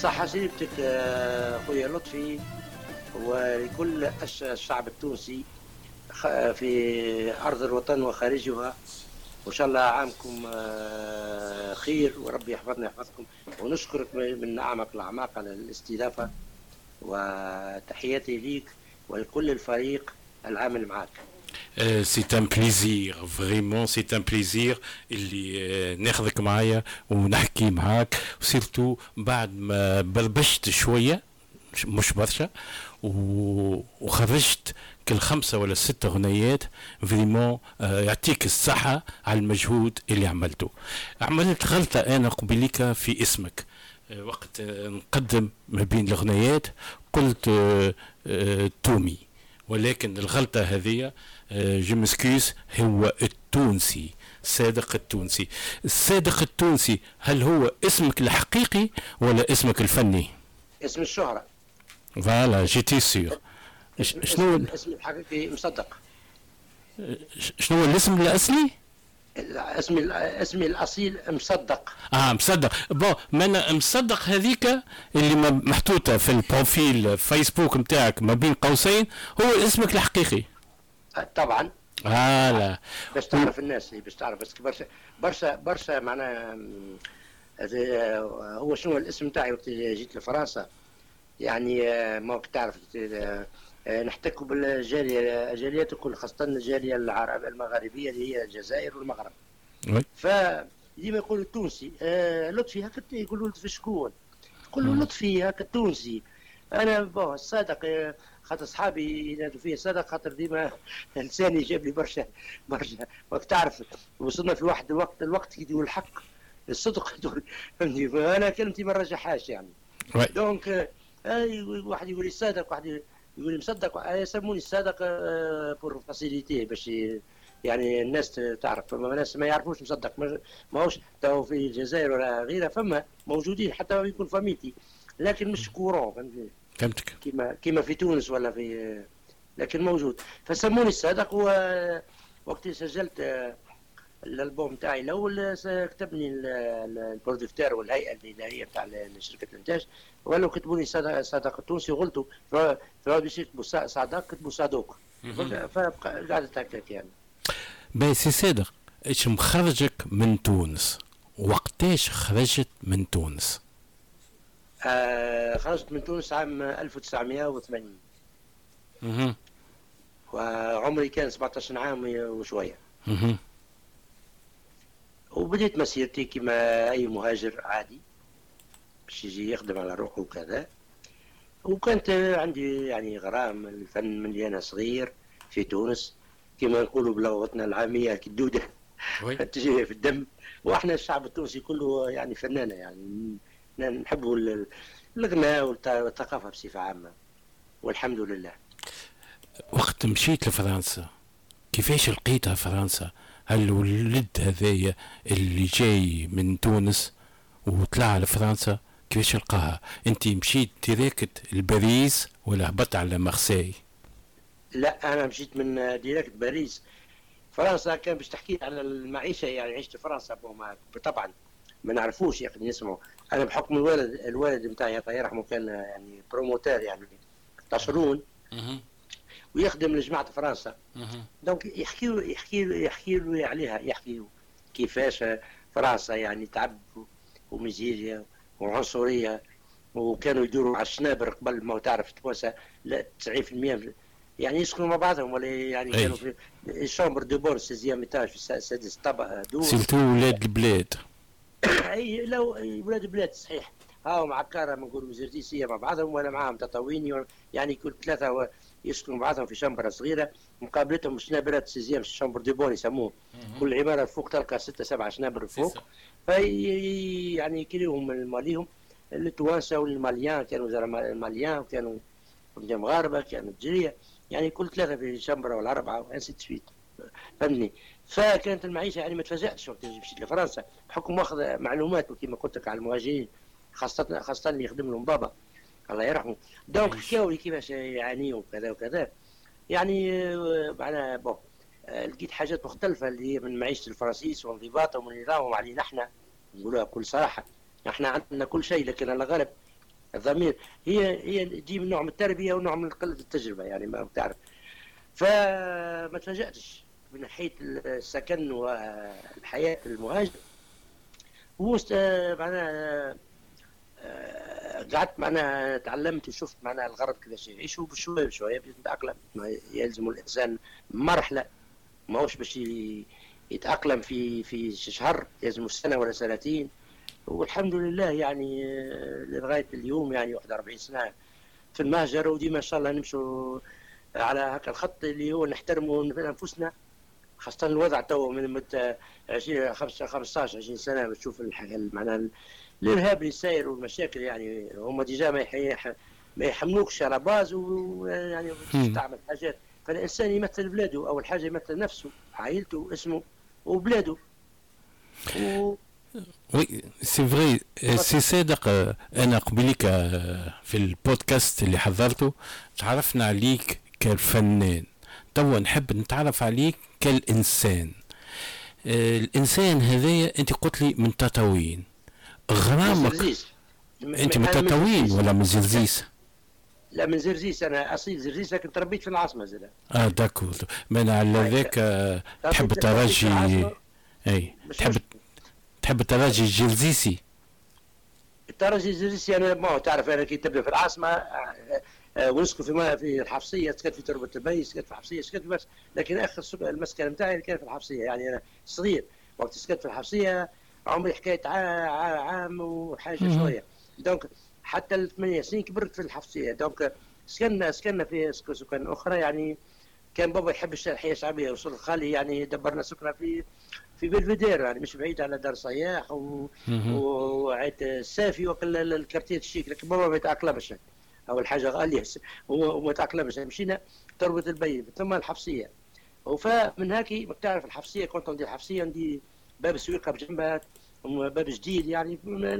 بالصحة سيرتك أخويا لطفي، ولكل الشعب التونسي في أرض الوطن وخارجها. وإن شاء الله عامكم خير، وربي يحفظنا يحفظكم. ونشكرك من أعمق الأعماق على الاستضافة، وتحياتي ليك ولكل الفريق العامل معك. C'est un plaisir, vraiment c'est un plaisir اللي ناخذك معايا ونحكي معاك، وسيرتو بعد ما بربشت شوية مش برشا وخرجت كل 5 ولا 6 غنيات. فريمون يعطيك الصحة على المجهود اللي عملته. عملت غلطة أنا قبلك في اسمك، وقت نقدم ما بين الغنيات قلت تومي، ولكن الغلطة هذه جمسكيس هو التونسي، صادق التونسي. الصادق التونسي هل هو اسمك الحقيقي ولا اسمك الفني؟ اسم الشهرة. فوالا جيتي سيور. شنو الاسم الحقيقي؟ مصدق. شنو هو الاسم الأصلي؟ اسمي الأصيل مصدق. مصدق. بون من مصدق هذيك اللي محطوطة في البروفيل فيسبوك متاعك ما بين قوسين هو اسمك الحقيقي. طبعا. لا باش تعرف الناس، باش تعرف بس برشا معناها. هو شنو الاسم تاعي وقت جيت لفرنسا، يعني ما تعرف نحتكوا بالجاليات الكل، خاصة الجالية المغاربية اللي هي الجزائر والمغرب. فديما يقولوا التونسي لطفي هكا، يقولوا لطفي شكون؟ تقول له لطفي هكا التونسي. انا صادق، خاطر اصحابي ينادوا فيا صادق، خاطر ديما لساني جاب لي برشا وقت تعرف. وصلنا في واحد الوقت كي يقول الحق الصدق فهمتني، انا كلمتي ما نرجعهاش يعني. دونك واحد يقول لي صادق، واحد يقول لي مصدق، يسموني الصادق بور فاسيليتي، باش يعني الناس تعرف. فما الناس ما يعرفوش مصدق، ماهوش تو في الجزائر ولا غيرها، فما موجودين حتى يكون فاميتي، لكن مش كورون، فهمتني. فهمتك. كيما في تونس ولا في، لكن موجود. فسموني الصادق. وقت سجلت الالبوم تاعي الاول كتبني البرودكتور والهيئه الاداريه تاع شركه الانتاج، وقالوا كتبوا لي صادق التونسي، وغلطوا باش يكتبوا صادق، كتبوا صادوق، فقعدت هكاك يعني. سي صادق، ايش مخرجك من تونس؟ وقتاش خرجت من تونس؟ خرجت من تونس عام 1980. وعمري كان 17 عام وشويه. وبديت مسيرتي كما اي مهاجر عادي، باش يجي يخدم على روحه وكذا. وكانت عندي يعني غرام الفن من انا صغير في تونس، كما نقولوا بلغتنا العاميه كدوده تجي في الدم. واحنا الشعب التونسي كله يعني فنانه، يعني نحبوا الغناء والثقافه بصفه عامه، والحمد لله. وقت مشيت لفرنسا كيفاش لقيتها فرنسا؟ هل الولد هذايا اللي جاي من تونس وطلع لفرنسا كيفاش لقاها؟ انت مشيت ديريكت لباريس ولا هبطت على مارسي؟ لا، انا مشيت من ديريكت باريس. فرنسا كان باش تحكي على المعيشه، يعني عشت في فرنسا طبعا ما نعرفوش يا اخي نسمعوا. انا بحكم الوالد نتاعي الله يرحمه كان يعني بروموتور، يعني تشرون ويخدم لجماعة فرنسا. دونك يحكي له عليها، يحكي كيفاش فرنسا يعني تعب وميزيريا وعنصرية، وكانوا يدوروا على الشنابر قبل ما تعرف التوانسة 90% يعني يسكنوا مع بعضهم، ولا يعني كانوا في الشامبر دو بور 16 ايتاج في السادس طبقة دور. سلتو ولاد البلاد. اي لو ولاد البلاد صحيح. هاو معكرة نقولوا مزرتيسية مع بعضهم، ولا معاهم تطاويني، يعني كل 3 يسكنوا بعضهم في شمبرة صغيرة، مقابلتهم شنابرات سيزيام الشامبر دي بون يسموه. كل عمارة فوق تلقى 6 7 شنابر فوق. في يعني يكريهم ماليهم التوانسة والماليان، كانوا الماليان، وكانوا مغاربة، كانوا الجزائرية، يعني كل 3 في شمبرة ولا 4 وانسي تسويت، فهمني. فكانت المعيشة يعني ما تفاجأتش وقت مشيت لفرنسا، بحكم واخذ معلومات وكما قلت لك على المهاجرين، خاصة اللي يخدم لهم بابا الله يرحمه. دونك حكاوا لي كيفاش يعانيوا وكذا وكذا، يعني معناها لقيت حاجات مختلفة اللي هي من معيشة الفرنسيس وانضباطهم ونظامهم علينا. احنا نقولها بكل صراحة، احنا عندنا كل شيء، لكن على الغالب الضمير هي دي من نوع من التربيه ونوع من قله التجربه، يعني ما بتعرف. فما تفاجاتش من ناحيه السكن والحياه المهاجر. معناها قعدت معناها تعلمت وشفت معناها الغرب كيفاش يعيشوا بشويه بشويه باش نتاقلم. يلزم الانسان مرحله، ماهوش باش يتاقلم في شهر، يلزم سنه ولا سنتين. والحمد لله يعني لغايه اليوم يعني 41 سنه في المهجر، وديما ان شاء الله نمشوا على هكا الخط اللي هو نحترموا انفسنا، خاصه الوضع تو من 20 15 20 سنه بتشوف معناها الارهاب اللي ساير والمشاكل. يعني هم ديجا ما يحملوكش على باز، ويعني تستعمل حاجات. فالانسان يمثل بلاده، اول حاجه يمثل نفسه، عائلته، اسمه وبلاده. وي سي فري سي صادق. انا قبليك في البودكاست اللي حضرته تعرفنا عليك كالفنان، توا نحب نتعرف عليك كالانسان. الانسان هذايا انت قلت لي من تطاوين، غرامك انت من تطاوين ولا من زرزيس؟ لا من زرزيس، انا اصيل زرزيس لكن تربيت في العاصمه زين. داكور. من على ذاك تحب الترجي، اي تحب الترجي الجرزيسي؟ الترجي الجرزيسي انا ما تعرف، انا كي تبدا في العاصمه ونسكن في الحفصيه، سكنت في تربه البي، سكنت في الحفصيه، سكنت بس. لكن اخر المسكن نتاعي كان في الحفصيه، يعني انا صغير وقت سكنت في الحفصيه، عمري حكايه عام وحاجه شويه. دونك حتى ال8 سنين كبرت في الحفصيه. دونك سكننا في سكن اخرى. يعني كان بابا يحب الحياه الشعبيه، وصل خالي يعني دبرنا سكنه في بلفيدير، يعني مش بعيد على دار صياح وعيت السافي وكل الكارتيه الشيك. لكن بابا ما يتاقلمش، اول حاجه غاليه وما تاقلمش. مشينا تربه البي ثم الحفصيه. فمن هاكي ما تعرف الحفصيه، كنت عندي الحفصيه عندي باب السويقه بجنبها، باب جديد يعني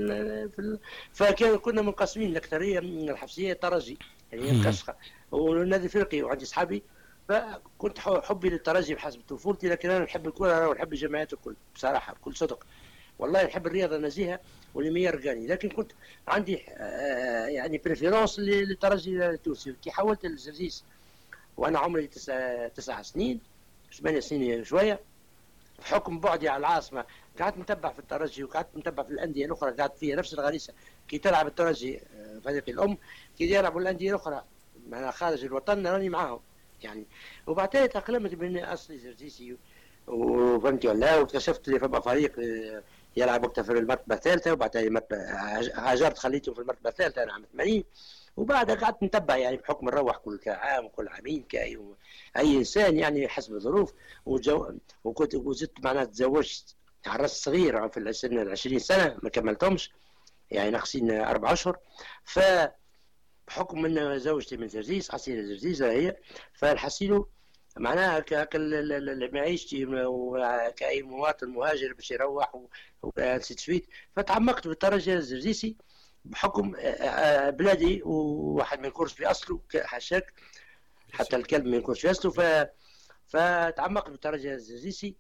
فكان كنا منقسمين الاكثريه من الحفصيه ترجي، يعني مكشخه والنادي الفرقي، وعندي اصحابي. فكنت حبي للترجي بحسب طفولتي، لكن انا نحب الكره ونحب الجماعات الكل بصراحه بكل صدق. والله نحب الرياضه النزيهه واللي رجاني. لكن كنت عندي يعني بريفيرونس للترجي التونسي. كي حولت للزرزيس وانا عمري 9 سنين 8 سنين شويه، بحكم بعدي على العاصمه قعدت متبع في الترجي، وقعدت متبع في الانديه الاخرى قعدت فيها نفس الغريزه. كي تلعب الترجي فريق الام، كي يلعبوا الانديه الاخرى معنا خارج الوطن راني معاهم يعني. وبعدين تأقلمت باني اصلي زرزيسي وفهمتي ولا، واكتشفت اللي فما فريق يلعب وقتها في المرتبه الثالثه، وبعدين هاجرت خليته في المرتبه الثالثه انا عام 80. وبعدها قعدت نتبع يعني بحكم نروح كل عام وكل عامين كاي انسان يعني حسب الظروف. وكنت وزدت معناها تزوجت عرست صغير في السن 20 سنه ما كملتهمش، يعني ناقصين 4 اشهر. ف بحكم ان زوجتي من زرزيس، حسيله زرزيس هي، فالحسيلو معناها معيشتي كأي مواطن مهاجر باش يروح وسيت. فتعمقت بالترجي الزرزيسي بحكم بلادي، وواحد ما يكونش في اصله حاشاك، حتى الكلب ما يكونش في اصله. فتعمقت بالترجي الزرزيسي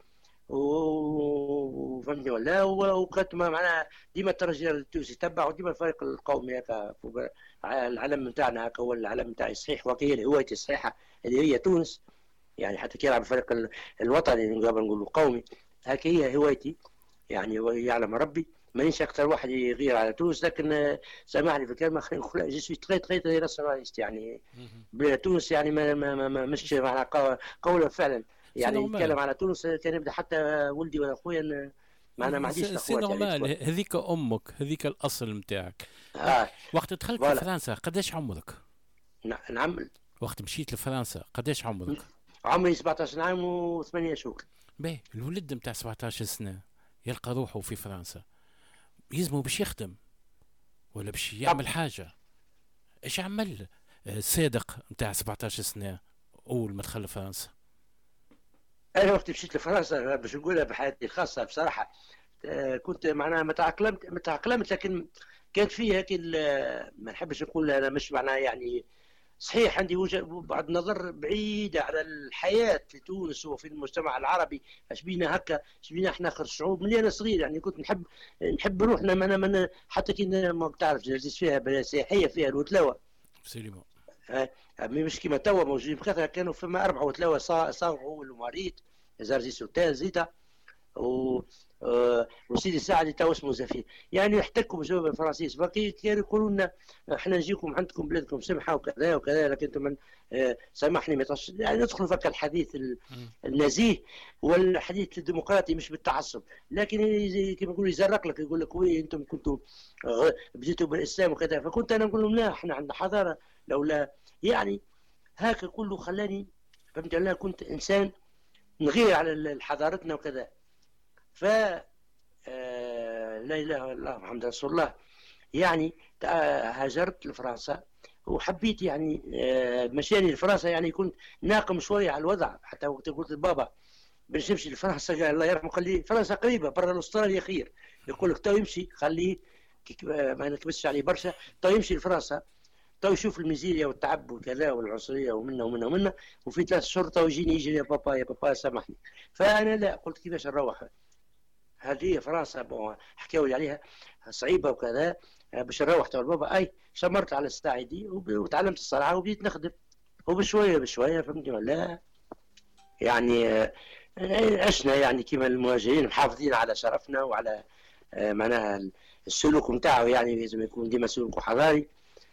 وفهمتني ولا. وكنت معناها ديما الترجي التونسي تبع، وديما الفريق القومي هكا العلم نتاعنا هكا هو العلم نتاعي الصحيح، وهي هوايتي الصحيحه اللي هي تونس. يعني حتى كي يلعب الفريق الوطني قبل نقولوا قومي، هكا هي هوايتي يعني. يعلم ربي مانيش اكثر واحد يغير على تونس، لكن سامحني في الكلمه خلينا نقول جو سوي تري تري تري ناسيوناليست يعني. بلا تونس يعني ما مش معناها قولا فعلا يعني. نتكلم على تونس كان يبدا حتى ولدي ولا خويا، معنا ما عنديش سي نورمال. هذيك امك، هذيك الاصل نتاعك. وقت دخلت لفرنسا قداش عمرك؟ نعم وقت مشيت لفرنسا قداش عمرك؟ عمري 17 عام و8 شهور. باهي الولد نتاع 17 سنه يلقى روحه في فرنسا، يلزمه باش يخدم ولا باش يعمل حاجه. ايش عمل صادق نتاع 17 سنه اول ما دخل لفرنسا؟ انا وقت مشيت لفرنسا باش نقولها بحياتي الخاصه بصراحه، كنت معناها ما تاقلمت، لكن كانت فيه هيك ما نحبش نقول انا مش معناها يعني صحيح عندي بعد نظر بعيدة على الحياة في تونس وفي المجتمع العربي. اش بينا هكا، اش بينا احنا اخر شعوب. من انا صغير يعني كنت نحب روحنا من حتى كي ما بتعرف جلست فيها بلا سياحية فيها الوتلاوة. سليمان. مش كيما توا موجودين بكثرة، كانوا فما 4 وتلاوة صاغوا المواريت زارزيس وتال زيتا و وسيدي سعد تو اسمه زفير. يعني يحتكوا بالشباب الفرنسيس، باقي كانوا يقولوا لنا احنا نجيكم عندكم بلادكم سمحه وكذا وكذا، لكن انتم من سامحني يعني ندخلوا فك الحديث النزيه والحديث الديمقراطي مش بالتعصب، لكن كما يقولوا يزرق لك، يقول لك وي انتم كنتوا بديتوا بالاسلام وكذا. فكنت انا نقول لهم لا، احنا عندنا حضاره لولا يعني هاك كله خلاني فهمت. انا كنت انسان نغير على حضارتنا وكذا. ف لا اله الا الله محمد رسول الله. يعني هاجرت لفرنسا وحبيت يعني مشاني لفرنسا. يعني كنت ناقم شويه على الوضع، حتى وقت قلت لبابا باش نمشي لفرنسا قال الله يرحمه قال لي فرنسا قريبه برا استراليا خير. يقول لك تو يمشي خليه ما نكبسش عليه برشا، تو يمشي لفرنسا تو يشوف الميزيريا والتعب وكذا والعنصريه ومنا وفي 3 شهور تو يجيني يجري يا بابا سامحني. فانا لا، قلت كيفاش نروح هذه فرنسا حكاوا لي عليها صعيبه وكذا باش نروح تو بابا. اي شمرت على الساعدي وتعلمت الصنعه وبديت نخدم، وبشويه بشويه فهمتني ولا يعني عشنا يعني كما المهاجرين محافظين على شرفنا وعلى معناها السلوك نتاعو. يعني لازم يكون ديما سلوك حضاري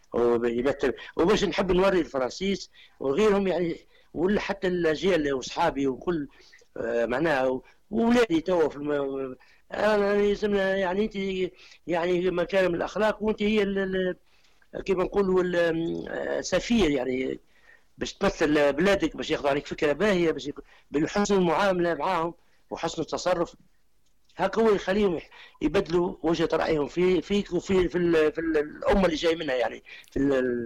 وباش نحب نوري الفرنسيس وغيرهم يعني، ولا حتى الاجيال واصحابي وكل معناها وولادي توا في انا لازمنا يعني انت يعني مكارم الاخلاق، وانت هي كيف نقولوا السفير يعني باش تمثل بلادك، باش ياخذوا عليك فكره باهيه، باش بالحسن المعامله معاهم وحسن التصرف. هكا هو يخليهم يبدلوا وجهه رايهم فيك وفي في الامه اللي جاي منها، يعني في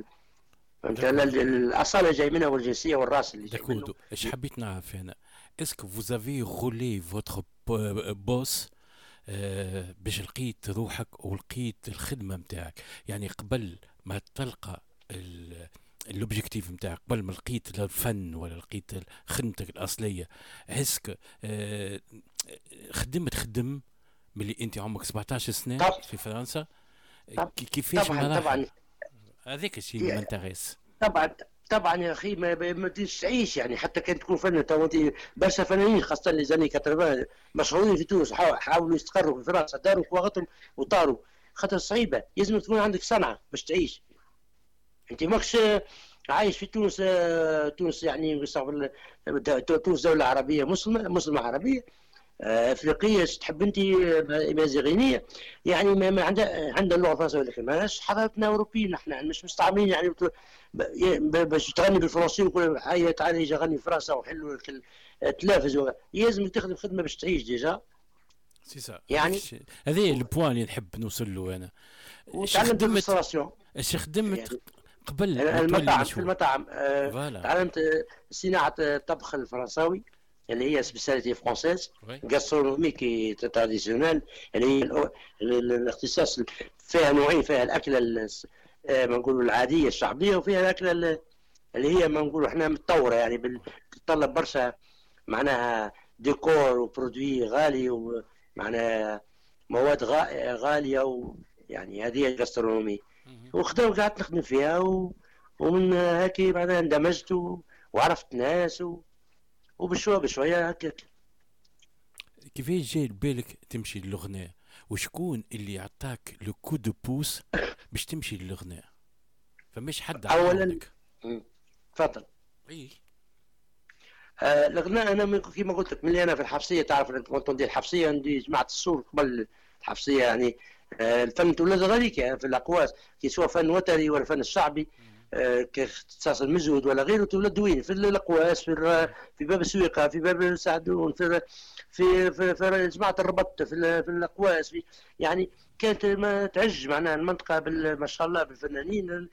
الاصاله جاي منها والجنسيه والراس اللي جاي منها. ايش حبيت نعرف هنا، اسكو vous avez roulé votre boss باش لقيت روحك ولقيت الخدمه نتاعك؟ يعني قبل ما تلقى الاوبجيكتيف نتاعك، قبل ما لقيت الفن ولا لقيت خدمتك الاصليه، اسك خدم ملي انت عمرك 17 سنه في فرنسا؟ كيفاش طبعا هذاك الشيء اللي مانتريس. طبعا يا اخي ما تجيش تعيش يعني. حتى كان تكون فنان تو برشا فنانين خاصه اللي زاني 80 مشهورين في تونس حاولوا يستقروا في فرنسا، داروا كواغتهم وطاروا، خاطر صعيبه. لازم تكون عندك صنعه باش تعيش. انت ماكش عايش في تونس. تونس يعني تونس دوله عربيه مسلمه عربيه افريقيه تحب انت مازيغينيه، يعني ما عندها اللغه الفرنسيه، ولكن ماش حضارتنا اوروبيين، احنا مش مستعمرين يعني باش تغني بالفرنسي وكل هيا تعالى يجي غني في فرنسا وحلوا التلافز. لازم تخدم خدمه باش تعيش ديجا. سي يعني هذا البوان اللي نحب نوصل له انا. تعلمت الريستوراسيون، ايش خدمت يعني قبل المطاعم؟ في المطاعم تعلمت صناعه الطبخ الفرنساوي اللي هي سبيساليتي فرونسيز غاسترونوميكي تراديسيونيل، اللي هي الاختصاص فيها نوعين، فيها الاكله ما نقولوا العاديه الشعبيه، وفيها الاكله اللي هي ما نقولوا احنا متطوره، يعني بتتطلب برشا معناها ديكور وبرودوي غالي ومعناها مواد غاليه يعني هذه الغاسترونومي. قعدت نخدم فيها ومن هيك بعدها اندمجت وعرفت ناس وبشويه بشويه هكاك. كيفاش جاي لبالك تمشي للغناء؟ وشكون اللي عطاك لو كو دو بوس باش تمشي للغناء؟ فماش حد اولا تفضل. اي الغناء انا كيما قلت لك ملي انا في الحفصيه، تعرف كنت ندير الحفصيه، ندير جماعه الصور قبل الحفصيه. يعني الفن تولد غاديك يعني في الاقواس، كي سواء فن وتري ولا فن الشعبي كاختصاص المزود ولا غيره، تولد وين في الاقواس، في باب السويقه، في باب السعدون، في جماعه الربط، في الاقواس، يعني كانت ما تعج معناها المنطقه ما شاء الله بالفنانين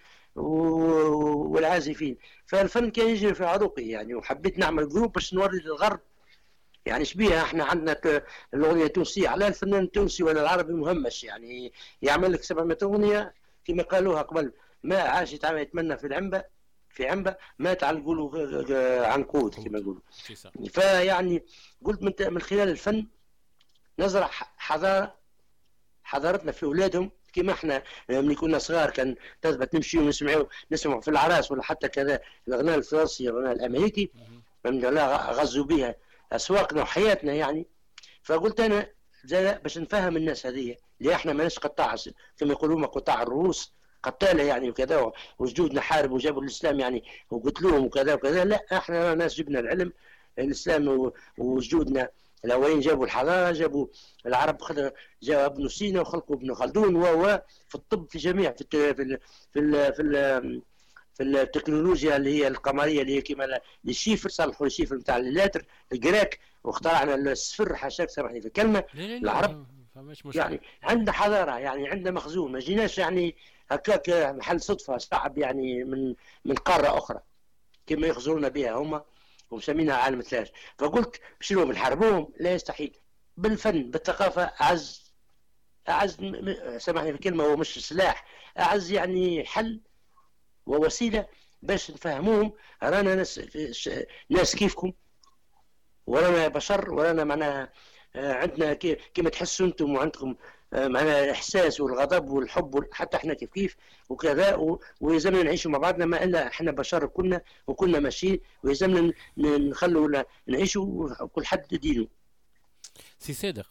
والعازفين. فالفن كان يجري في عروقي يعني، وحبيت نعمل جروب باش نوري للغرب يعني شبيها. احنا عندنا الاغنيه التونسيه على الفنان التونسي ولا العربي مهمش، يعني يعمل لك 700 اغنيه كما قالوها قبل، ما عاش يتمنى في العنبه في عنبه مات على نقولوا عنقود كما يقولوا. سي سا. فيعني قلت من خلال الفن نزرع حضارتنا في اولادهم، كما احنا من كنا صغار كان تثبت نمشي ونسمعوا في العراس ولا حتى كذا الاغناء الفرنسي الاغناء الامريكي الحمد لله غزوا بها اسواقنا وحياتنا يعني. فقلت انا باش نفهم الناس هذه اللي احنا ماناش قطاع كما يقولون قطاع الرؤوس قتاله يعني وكذا، وجدودنا حاربوا وجابوا الاسلام يعني وقتلوهم وكذا وكذا، لا احنا ناس جبنا العلم الاسلام وجدودنا الاولين جابوا الحضاره، جابوا العرب جاء ابن سينا وخلقوا ابن خلدون في الطب في جميع في التكنولوجيا اللي هي القمريه اللي هي كما الشيفر، صلحوا الشيفر نتاع اللاتر الجراك واخترعنا الصفر حاشاك سامحني في الكلمه. العرب يعني عندنا حضاره يعني عندنا مخزون، ما جيناش يعني هكاك محل صدفه صعب يعني من قاره اخرى كما يخزرونا بها هما ومسمينها عالم الثلج. فقلت شنو بنحاربوهم؟ لا يستحيل. بالفن بالثقافه اعز سامحني في الكلمه، هو مش سلاح، اعز يعني حل ووسيله باش نفهموهم رانا ناس كيفكم ورانا بشر ورانا معناها عندنا كما تحسوا انتم وعندكم معناها الاحساس والغضب والحب حتى احنا كيف وكذا، ويلزمنا نعيشوا مع بعضنا ما الا احنا بشر كلنا وكلنا ماشيين، ويلزمنا نخلوا نعيشوا كل حد دينه. سي صادق،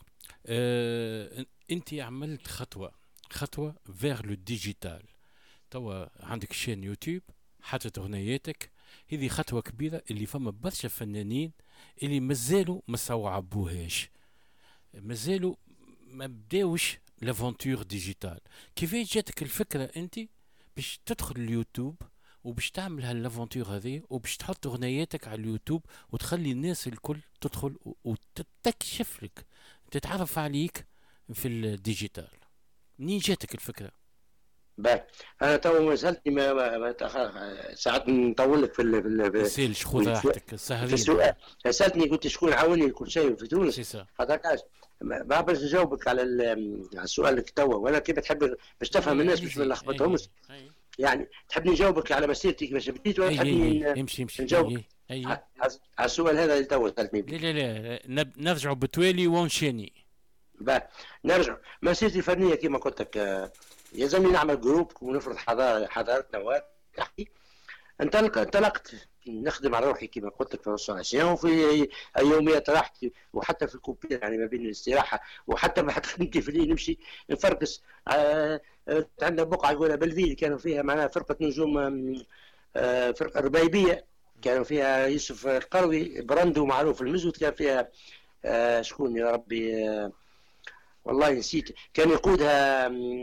انت عملت خطوه فيغ لو ديجيتال، توا عندك شين يوتيوب حطت اغنياتك، هذه خطوه كبيره اللي فما برشا فنانين اللي مازالوا ما صوعبوهاش، مازالوا ما بداوش لافونتور ديجيتال. كيفاش جاتك الفكره انت باش تدخل اليوتيوب وباش تعمل هالافونتور هذه وباش تحط اغنياتك على اليوتيوب وتخلي الناس الكل تدخل وتكشف لك تتعرف عليك في الديجيتال؟ منين جاتك الفكره؟ باهي انا تو ما سالتني ساعات نطول لك في سيل خذ راحتك في السؤال. سالتني قلت شكون عاوني كل شيء في تونس، هذاك ما باش نجاوبك على السؤال اللي توا، ولا كيف تحب باش تفهم الناس باش ما نلخبطهمش يعني. تحبني نجاوبك على مسيرتي كيفاش بديت ولا تحبني امشي نجاوبك على السؤال هذا اللي توا سالتني؟ لا نرجعوا بتوالي ونشاني. نرجع مسيرتي الفنيه كما قلت لك، يلزمني نعمل جروب ونفرض حضارتنا ونحكي. انطلقت نخدم على روحي كما قلت لك في الريستوراسيون وفي يوميات راحتي وحتى في الكوبير يعني ما بين الاستراحه وحتى بعد خدمتي في الليل نمشي نفرقس. عندنا بقعه يقولها بلفيل كانوا فيها معناها فرقه نجوم، فرقه ربيبيه كانوا فيها يوسف القروي براندو معروف المزود، كان فيها شكون يا ربي والله نسيت كان يقودها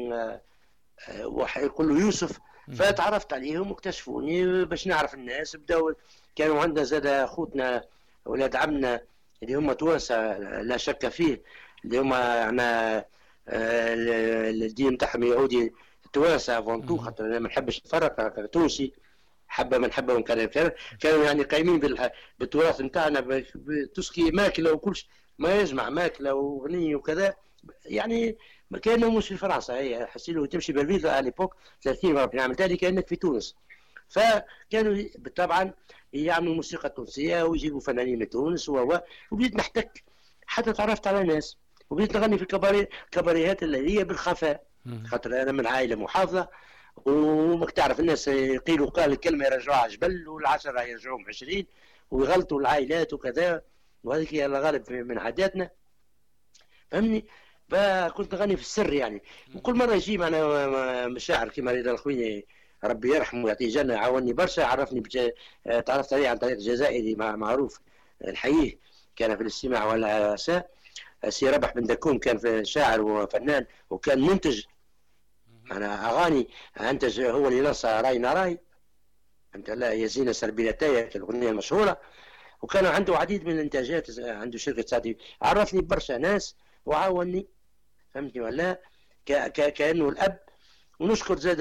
يقول له يوسف. فتعرفت عليهم واكتشفوني باش نعرف الناس. بداوا كانوا عندنا زاد اخوتنا اولاد عمنا اللي هم توانسه لا شك فيه، اللي هم يعني الدين نتاعهم يهودي توانسه فونتو، خاطر انا ما نحبش نفرق تونسي حبه من حبه كانوا يعني قايمين بالتراث نتاعنا تسقي ماكله وكلش ما يجمع ماكله واغنيه وكذا يعني. كانوا مش في فرنسا، هي حسيلو تمشي بالفيل على ليبوك 30 40 عام تالي كانك في تونس. فكانوا طبعا يعملوا موسيقى تونسيه ويجيبوا فنانين من تونس وبديت نحتك حتى تعرفت على ناس وبديت نغني في الكباريهات اللي هي بالخفاء، خاطر انا من عائله محافظه وماك تعرف الناس يقيلوا قال الكلمه يرجعوها جبل والعشره يرجعوهم 20 ويغلطوا العائلات وكذا، وهذيك هي الغالب من عاداتنا فهمني. فكنت نغني في السر يعني، وكل مره يجي معنا مشاعر كما رضا الخويني ربي يرحمه ويعطيه جنه عاوني برشا، عرفني تعرفت عليه عن طريق جزائري معروف الحقيقي كان في الاستماع والعساء، سي ربح بن دكوم كان في شاعر وفنان وكان منتج أنا أغاني، أنتج هو اللي نص راينا راي أنت لا يزين سربيلتايا الأغنية المشهورة، وكان عنده عديد من الإنتاجات، عنده شركة سعدي عرفني برشا ناس وعاوني فهمتني ولا كأنه الأب. ونشكر زاد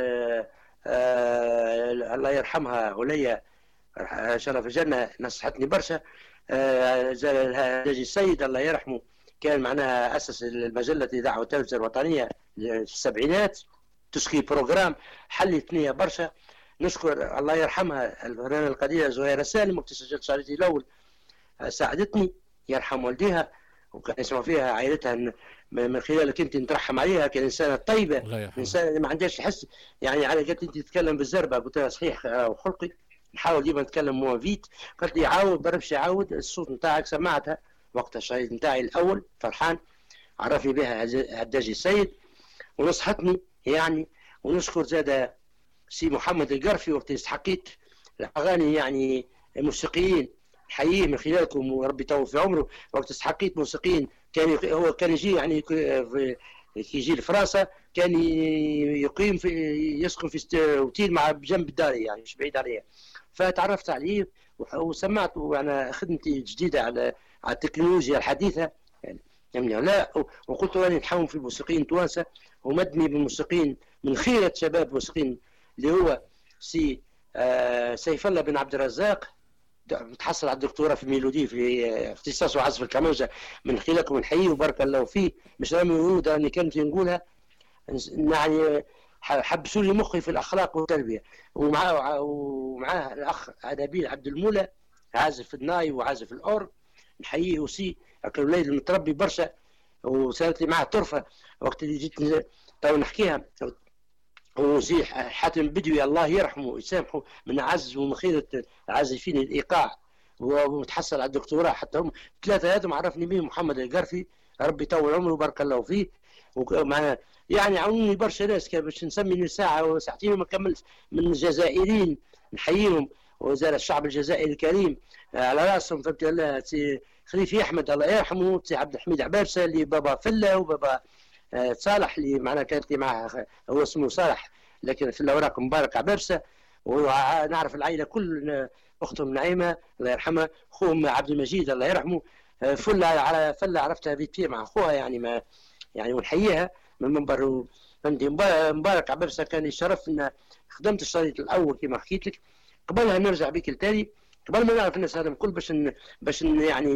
الله يرحمها عليا شرف الجنة نصحتني برشا، زاجي السيد الله يرحمه كان معناها أسس المجلة الإذاعة والتلفزيون الوطنية في السبعينات تسكي بروجرام حلتني برشا نشكر الله يرحمها الفنانة القديرة زهيرة سالم، وقت سجلت شريطي الأول ساعدتني يرحم والديها، وكان يسمع فيها عائلتها من خلالك انت نترحم عليها كإنسانة طيبة، إنسانة ما عندهاش حس. يعني على قالت انت تتكلم بالزربة، قلت لها صحيح وخلقي نحاول ديما نتكلم موافيت. قالت لي عاود بربش يعاود الصوت نتاعك سمعتها وقت الشريط نتاعي الأول فرحان، عرفني بها عداجي السيد ونصحتني يعني. ونشكر زاد سي محمد القرفي وقت استحقيت الأغاني يعني موسيقيين حييه من خلالكم وربي يطول في عمره. وقت استحقيت موسيقيين هو كان يجي يعني يجي لفرنسا، كان يقيم في يسكن في اوتيل مع بجنب داري يعني مش بعيد عليها، فتعرفت عليه وسمعت انا خدمتي الجديده على التكنولوجيا الحديثه يعني لا. وقلت راني نحاول في الموسيقيين توانسه ومدني بالموسيقيين من خيره شباب الموسيقيين اللي هو سي سيف الله بن عبد الرزاق، متحصل على الدكتوراه في الميلودي في اختصاص وعزف الكمانجة، من خلالكم نحييه وبارك الله فيه. مش رامي ورود اني كلمه نقولها يعني حبسوا لي مخي في الاخلاق والتربيه. ومعاه الاخ نبيل عبد المولى عازف الناي وعازف الاورج، نحييه وسي الوليد المتربي برشا، وصارت لي معاه طرفه وقت اللي جيت تو نحكيها. وسي حاتم بدوي الله يرحمه ويسامحه من اعز ومخيره عازفين الايقاع، ومتحصل على الدكتوراه حتى هم ثلاثه هذم عرفني بهم محمد القرفي ربي يطول عمره وبارك الله فيه. ومعنا يعني عاونوني برشا ناس باش نسمي ساعه وساعتين وما كملت من الجزائريين نحييهم، وزار الشعب الجزائري الكريم على راسهم فهمت الله سي خليفي احمد الله يرحمه، سي عبد الحميد عبابسه اللي بابا فله وبابا صالح اللي معنا كانت لي معه هو اسمه صالح لكن في الاوراق مبارك عبابسه. ونعرف العائله كل اختهم نعيمه الله يرحمها، اخوهم عبد المجيد الله يرحمه، فله على فله عرفتها فيت مع اخوها يعني ما يعني ونحييها من منبر. فهمتي مبارك عبابسه كان يشرف ان خدمت الشريط الاول كما حكيت لك، قبلها نرجع بك لتالي قبل ما نعرف الناس هذا الكل باش يعني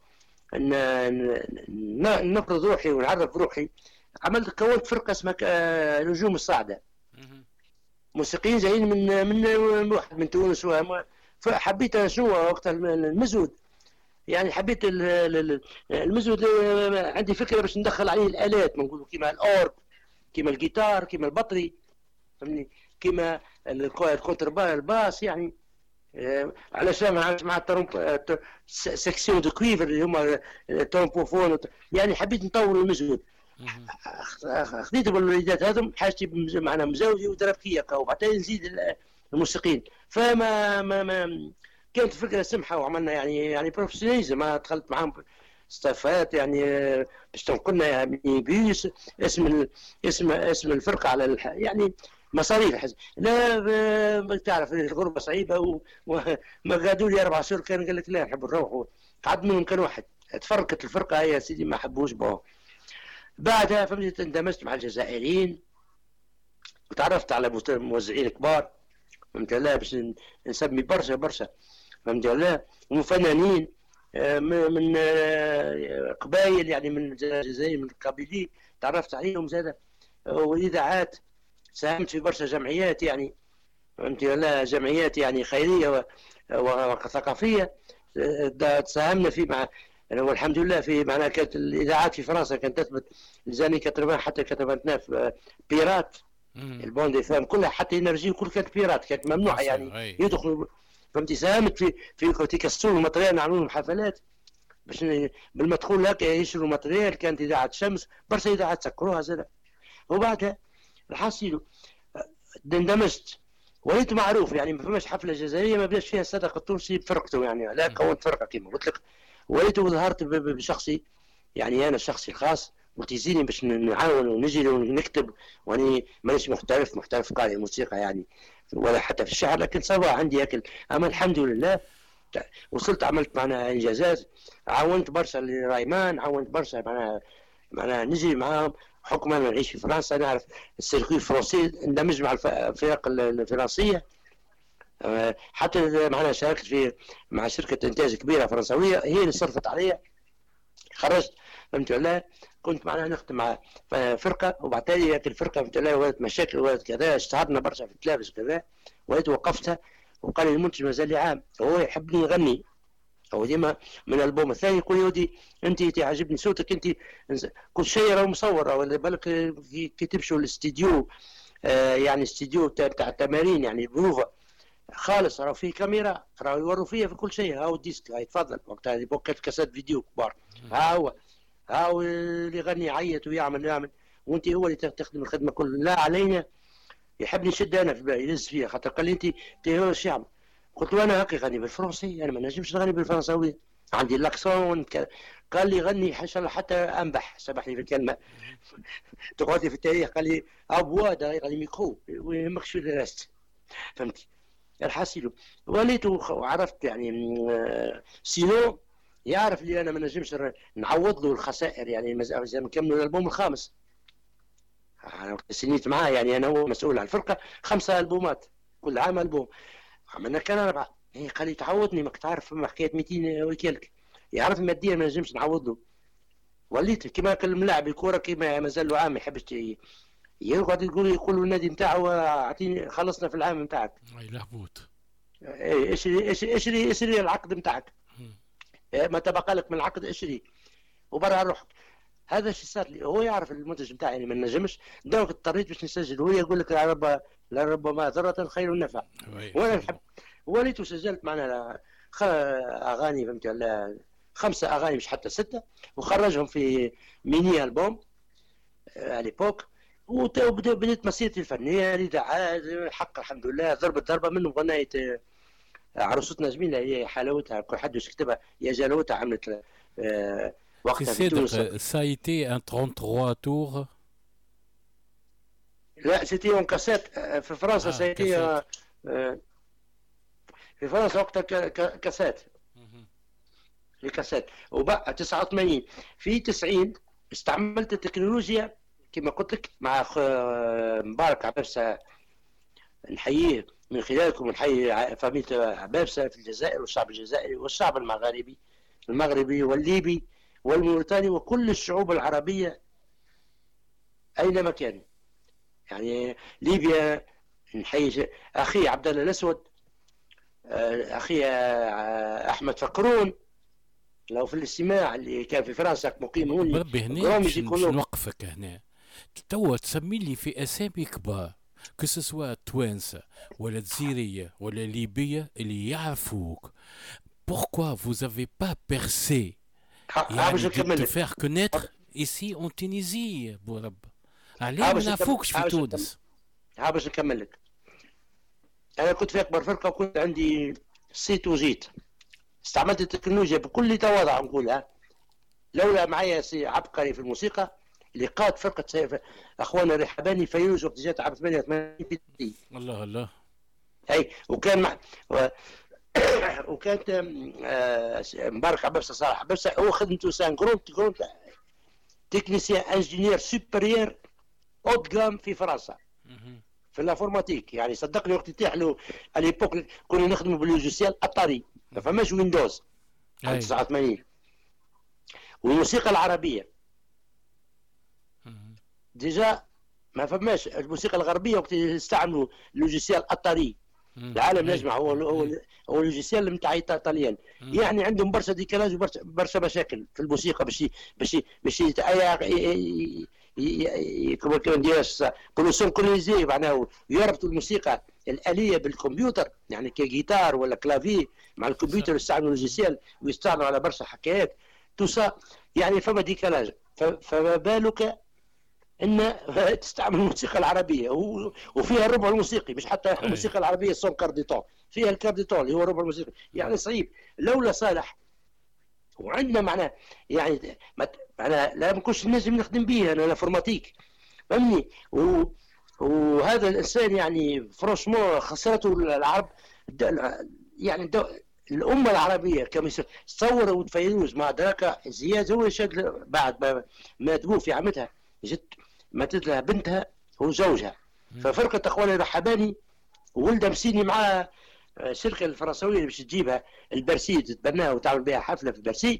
نفرض روحي ونعرف روحي. كونت فرقه اسمها نجوم الصاعده، موسيقيين جايين من واحد من تونس، فحبيت شنو وقت المزود يعني حبيت المزود عندي فكره باش ندخل عليه الالات نقولوا كيما الاورج كيما الجيتار كيما البطري فهمني كيما الكونتر الباس يعني علشان مع الترومب سكسيون دو كويفر اللي هما الترومبوفون يعني حبيت نطور المزود. خديت بالوليدات هذم حاجتي معنا مزوجي ودربكيه وبعدين نزيد الموسيقيين. فما كانت فكره سمحه وعملنا يعني بروفيسيوناليزم، ما دخلت معاهم ستافات يعني باش تنقلنا يعني بيس اسم الفرقه على يعني مصاريف حزب. لا تعرف الغربه صعيبه وما قعدوا لي 4 شهور كان قال لك لا نحب نروح، قعد منهم كان واحد تفرقت الفرقه هي سيدي ما حبوش بهم. بعدها فهمت اندمجت مع الجزائريين وتعرفت على موزعين كبار فهمت الله باش نسمي برشا فهمت الله وفنانين من قبائل يعني من الجزائر من القبيلي تعرفت عليهم زاده. والاذاعات ساهمت في برشا جمعيات يعني فهمت الله جمعيات يعني خيريه وثقافيه ساهمنا في مع والحمد لله في معناها كانت الاذاعات في فرنسا كانت تثبت لزاني 80 حتى 89 بيرات البوند فهم كلها حتى انرجي وكل كانت بيرات كانت ممنوعه يعني يدخلوا فهمتي. ساهمت في تكسروا الماتريال نعملوا لهم حفلات باش بالمدخول هكا يشروا ماتريال. كانت اذاعه شمس برشا اذاعات سكروها زاد. وبعدها الحاصل اندمجت وليت معروف يعني ما فماش حفله جزائريه ما بلاش فيها الصدق التونسي بفرقته يعني لا كونت فرقه كيما قلت لك. وليت وظهرت بشخصي يعني انا الشخصي الخاص وتيزيني باش نعاون ونجري ونكتب واني مانيش محترف قارئ موسيقى يعني ولا حتى في الشعر لكن سوا عندي اكل. اما الحمد لله وصلت عملت معنا انجازات عاونت برشا لرايمان عاونت برشا معنا نجري معاهم حكم انا نعيش في فرنسا نعرف السيركوي الفرنسي اندمج مع الفرق الفرنسيه. حتى معنا شاركت مع شركه انتاج كبيره فرنسويه هي اللي صرفت عليا. خرجت فهمت ولا؟ كنت معناها نخدم مع فرقه، وبعد ذلك هذه الفرقه فهمت ولا ولات مشاكل ولات كذا، اشتهرنا برشا في التلفز كذا، وليت وقفتها. وقال لي المنتج مازال لي عام، هو يحبني نغني، هو ديما من الالبوم الثاني يقول لي ودي انت تعجبني صوتك انت، كل شيء راه مصور، ولا بالك كي تمشوا الاستديو يعني استديو تاع التمارين يعني بروفا خالص، راه فيه كاميرا، راه يوروا فيها في كل شيء. هاو الديسك، هاي تفضل وقتها بوكات كاسات فيديو كبار، هاو اللي يغني يعيط ويعمل وانت هو اللي تخدم الخدمه كلها. لا علينا يحبني يشد انا في بالي يلز فيها، خاطر قال لي انت هو ايش يعمل؟ قلت له انا هكا غني بالفرنسي، انا ما نجمش نغني بالفرنساويه، عندي الاكسون. قال لي غني حتى انبح، سامحني في الكلمه تقعد في التاريخ. قال لي ابوا قال لي ميكرو ويهمكش في الرست، فهمتي؟ الحاصل وليت وعرفت يعني سينو يعرف لي انا ما نجمش نعوض له الخسائر، يعني مازال نكملوا الالبوم الخامس. انا سنيت معاه، يعني انا هو مسؤول عن الفرقه 5 البومات كل عام البوم، عملنا كان 4. قال لي تعوضني، ماك تعرف فما حكايه 200 وكالك، يعرف ماديا ما نجمش نعوض له. وليت كيما كل ملاعب الكره كيما مازال له عام ما يحبش يقعد يقول النادي نتاعو اعطيني خلصنا في العام نتاعك. اي لهبوط. اشري العقد نتاعك، ما تبقى لك من العقد اشري وبرا روحك. هذا الشيء صار لي، هو يعرف المنتج نتاعي يعني ما نجمش، دونك اضطريت باش نسجل، وهو يقول لك لربما ذرة خير نفع. وانا نحب وليت وسجلت معنا اغاني، فهمت ولا 5 اغاني مش حتى 6، وخرجهم في ميني البوم اليبوك. وبدأت مسيرتي الفنيه لدعاء حق الحمد لله، ضربه منهم غنيت عروستنا جميله، هي حلاوتها كل حد يكتبها، يا جلاوتها عملت وقتها في تونس. Ça a été un 33 tours. لا سيتي اون كاسيت في فرنسا، سيتي في فرنسا وقتها كاسيت، في كاسيت. وبقى 89 في 90 استعملت التكنولوجيا كما قلت لك مع مبارك عبابسة، نحييه من خلالكم، نحيي فاميلة عبابسة في الجزائر والشعب الجزائري والشعب المغربي والليبي والموريتاني وكل الشعوب العربية أينما كان. يعني ليبيا نحيي أخي عبد الله الأسود، أخي أحمد فقرون لو في الاستماع اللي كان في فرنسا مقيم هوني. بربي هنا باش نوقفك هنا، توا تسمي لي في أسامي كبار كسوا توانسة ولا جزيرية ولا ليبية اللي يعرفوك. Pourquoi vous n'avez pas percé de te faire connaître ici en Tunisie بورب؟ علاه ما نعرفوكش في تونس؟ باش نكمل لك. أنا كنت في أكبر فرقة وكنت عندي صيت وجيت، استعملت التكنولوجيا بكل تواضع نقولها، لولا معايا سي عبقري في الموسيقى اللي قاد فرقة أخوانا الرحباني فيروز وقت جات عام 88 في الله الله. أي وكان مع وكانت مبارك عبابسة صالح عبابسة هو خدمته سان جروند تكنيسيان انجينير سوبريير اوت جام في فرنسا في الانفورماتيك. يعني صدقني وقت يتيح له اليبوك كنا نخدموا باللوجيسيال اتاري، ما فماش ويندوز 89. والموسيقى العربيه ديجا ما فماش، الموسيقى الغربيه وقت يستعملوا لوجيسيال اتاري العالم نجمع، هو اللوجيسيال نتاع ايطاليان. يعني عندهم برشا ديكالاج وبرشا مشاكل في الموسيقى باش كما نديرش كل سونكرونيزي معناها يربطوا الموسيقى الآلية بالكمبيوتر، يعني كجيتار ولا كلافي مع الكمبيوتر يستعملوا لوجيسيال ويستعملوا على برشا حكايات توسا، يعني فما ديكالاج. فما بالك ان تستعمل الموسيقى العربيه وفيها الربع الموسيقي، مش حتى الموسيقى العربيه سون كارديتون، فيها الكارديتون اللي هو الربع الموسيقي. يعني صعيب لولا صالح وعندنا معناه، يعني معناه لا مكنش نجم نخدم به انا الانفورماتيك، فهمني. وهذا الانسان يعني فرانشمون خسرته العرب، يعني الامه العربيه كما تصوروا فيروز مع دراكه زياد هو شاد بعد ما توفي عمتها جت ماتت لها بنتها وزوجها. ففرقه اخواني الرحباني ولدها مسيني مع الشركه الفرنسويه اللي باش تجيبها البرسي تتبناها وتعمل بها حفله في البرسي،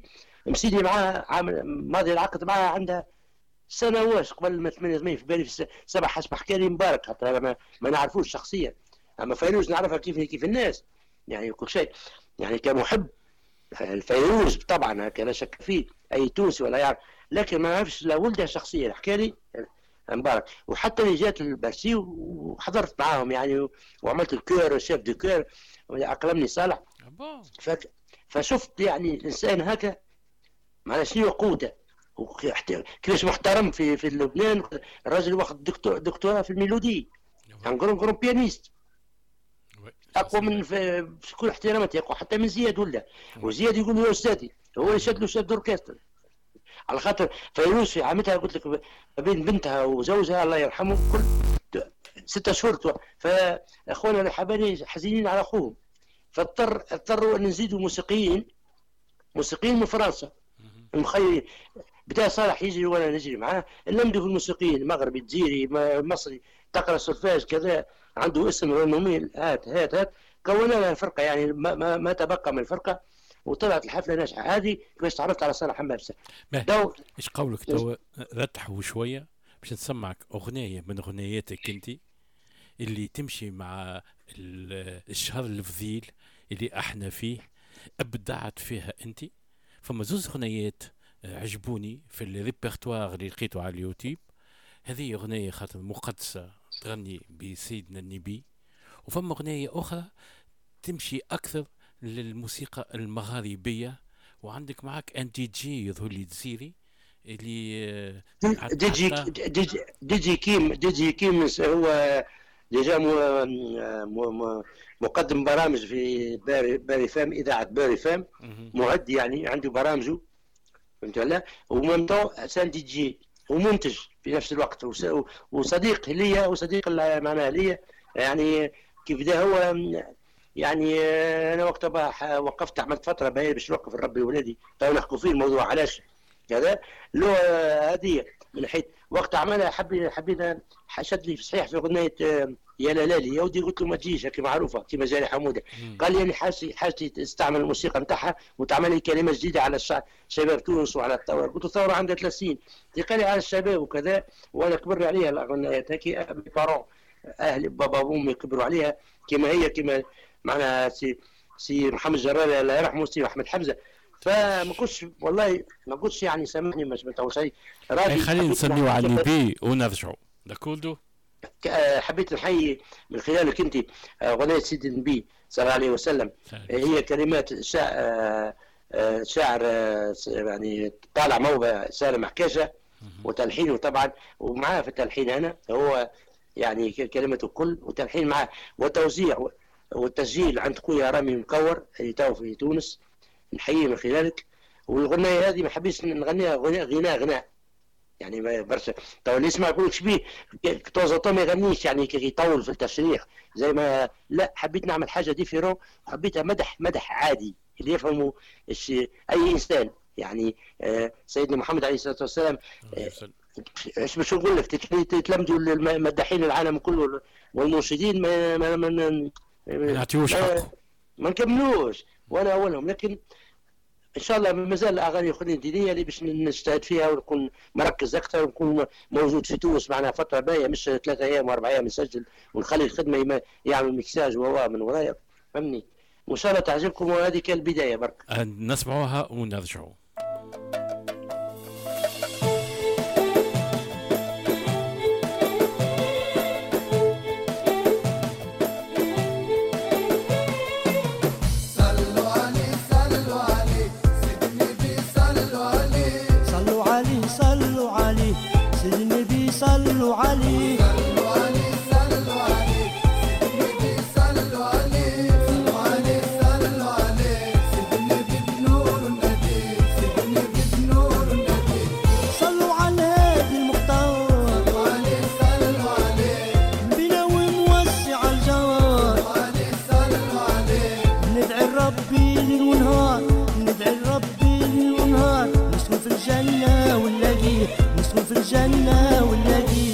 مسيدي معاه عامل ماضي العقد معاه عندها سنوات قبل ما 88 في بالي في 7 حسب حكى لي مبارك، حتى أنا ما نعرفوش شخصيا، اما فيروز نعرفها كيف الناس يعني كل شيء، يعني كمحب الفيروز طبعا لا شك فيه اي تونسي ولا يعرف، لكن ما نعرفش لا ولدها شخصيا حكى لي مبارك. وحتى اللي جات البرسي وحضرت معاهم يعني، وعملت الكور شيف دو كور اقلمني صالح. فشفت يعني الانسان هكا معناها شنو قوته كيفاش محترم في لبنان. الراجل واخد دكتوراه في الميلودي، يعني جرون بيانيست اقوى من في كل احتراماتي، اقوى حتى من زياد ولا. وزياد يقول له يا استاذي، هو اللي شاد له شاد اوركسترا على خاطر فيروز في عامتها قلت لك ما بين بنتها وزوجها الله يرحمه كل 6 شهور. فاخوانا الحبايب حزينين على اخوهم، اضطروا ان نزيدوا موسيقيين من فرنسا المخيرين. بدا صالح يجري وانا نجري معاه، نلمدوا في الموسيقيين مغربي جزيري مصري تقرا سولفاج كذا، عنده اسم رنومي هات كونا لها فرقه يعني ما تبقى من الفرقه، وطلعت الحفله ناجحه. هذه كيفاش تعرفت على صالح حمامسه. ايش قولك تو رتحوا شويه باش نسمعك اغنيه من اغنياتك انت اللي تمشي مع الشهر الفضيل اللي احنا فيه، ابدعت فيها انت. فما زوز اغنيات عجبوني في الريبرتوار اللي لقيته على اليوتيوب. هذه اغنيه خاطر مقدسه تغني بسيدنا النبي، وفما اغنيه اخرى تمشي اكثر للموسيقى المغاربيه، وعندك معك ان دي جي يظهر لي تزيري اللي دي جي كيم هو ديجا مقدم برامج في باري فام، اذاعه باري فام، معد يعني عنده برامجه فهمت ولا، وممتو سان دي جي ومنتج في نفس الوقت، وصديق ليا وصديق معناها ليا يعني. كيف ده هو يعني انا وقتها وقفت عملت فتره باهي باش نوقف الربي ولادي تو نحكوا فيه الموضوع علاش كذا له هذه من حيث وقت عملها حبينا شدني في صحيح في اغنيه يا لالي يا ودي، قلت له ما تجيش هكي معروفه كيما جاري حموده. قال لي يعني حاجتي تستعمل الموسيقى نتاعها وتعمل لي كلمه جديده على شباب تونس وعلى الثوره. قلت له الثوره عندها 3 سنين، قال لي على الشباب وكذا، وانا كبر عليها الاغنيات هكي بارون اهلي بابا وامي كبروا عليها كما هي كما معناها سي محمد جراري الله يرحمه، سي احمد حمزه. فما كنتش والله ما كنتش يعني سامحني مش متوصي راضي. خلينا نسميو على النبي ونرجعوا داكولدو. حبيت نحيي من خلالك انت اغنيه سيدي النبي صلى الله عليه وسلم، هي كلمات شاعر يعني طالع موهبه سالم حكاشه، وتلحينه طبعا ومعاه في التلحين انا هو يعني كلمته كل وتلحين معاه وتوزيع والتسجيل عند خويا رامي مكور اللي تو في تونس، نحييه من خلالك. والغنية هذه ما حبيتش نغنيها غناء يعني برشا تو اللي يسمع يقول لك شبيه توزطو ما يغنيش يعني يطول في التشريح زي ما لا، حبيت نعمل حاجه ديفيرون، حبيتها مدح عادي اللي يفهموا اي انسان يعني. سيدنا محمد عليه الصلاه والسلام ايش باش نقول لك، تتلمدوا المداحين العالم كله والمنشدين ما نعطيوش حقه ما نكملوش وانا اولهم. لكن ان شاء الله مازال اغاني اخرين دينيه اللي باش نجتهد فيها ونكون مركز اكثر ونكون موجود في تونس معنا فتره باهيه، مش 3 ايام و4 ايام نسجل ونخلي الخدمه يعمل ميكساج وهو من ورايا فهمني. وان شاء الله تعجبكم، وهذه كالبدايه برك نسمعوها ونرجعوا. صلوا عليه صلوا عليه صلوا عليه سيدنا صلوا عليه صلوا عليه صلوا عليه سيدنا بنور النبي سيدنا بنور النبي صلوا على الهادي المختار صلوا عليه صلوا عليه بنا وموسع الجوار صلوا عليه صلوا عليه ندعي ربي ليل ونهار ندعي ربي ليل ونهار نسكن في الجنة ونلاقيه نسكن في الجنة ونلاقيه.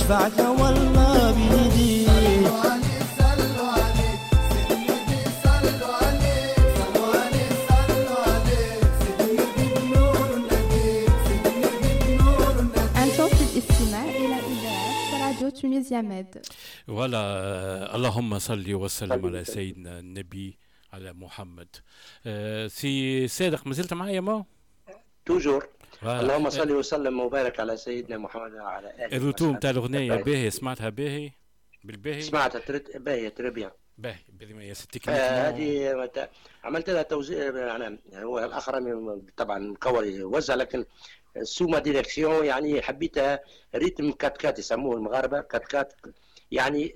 شفعتها والله بيدي. صلوا عليه صلوا عليه سيد النبي صلوا عليه صلوا عليه صلوا عليه سيد النبي بنور النبي سيد النبي بنور النبي. أنتم في الاستماع إلى إذاعة راديو تونيزيا ميد. ولا اللهم صل وسلم على سيدنا النبي على محمد. سي صادق ما زلت معايا ما؟ توجور. اللهم صل وسلم وبارك على سيدنا محمد وعلى اله. الرتوم تاع الاغنيه باهي سمعتها باهي بالباهي؟ سمعتها باهي تربيا باهي بما يا ستي هذه عملت لها توزيع يعني هو الاخراني طبعا مكور يوزع لكن سوما ديريكسيون يعني حبيتها ريتم كات كات يسموه المغاربه كات كات يعني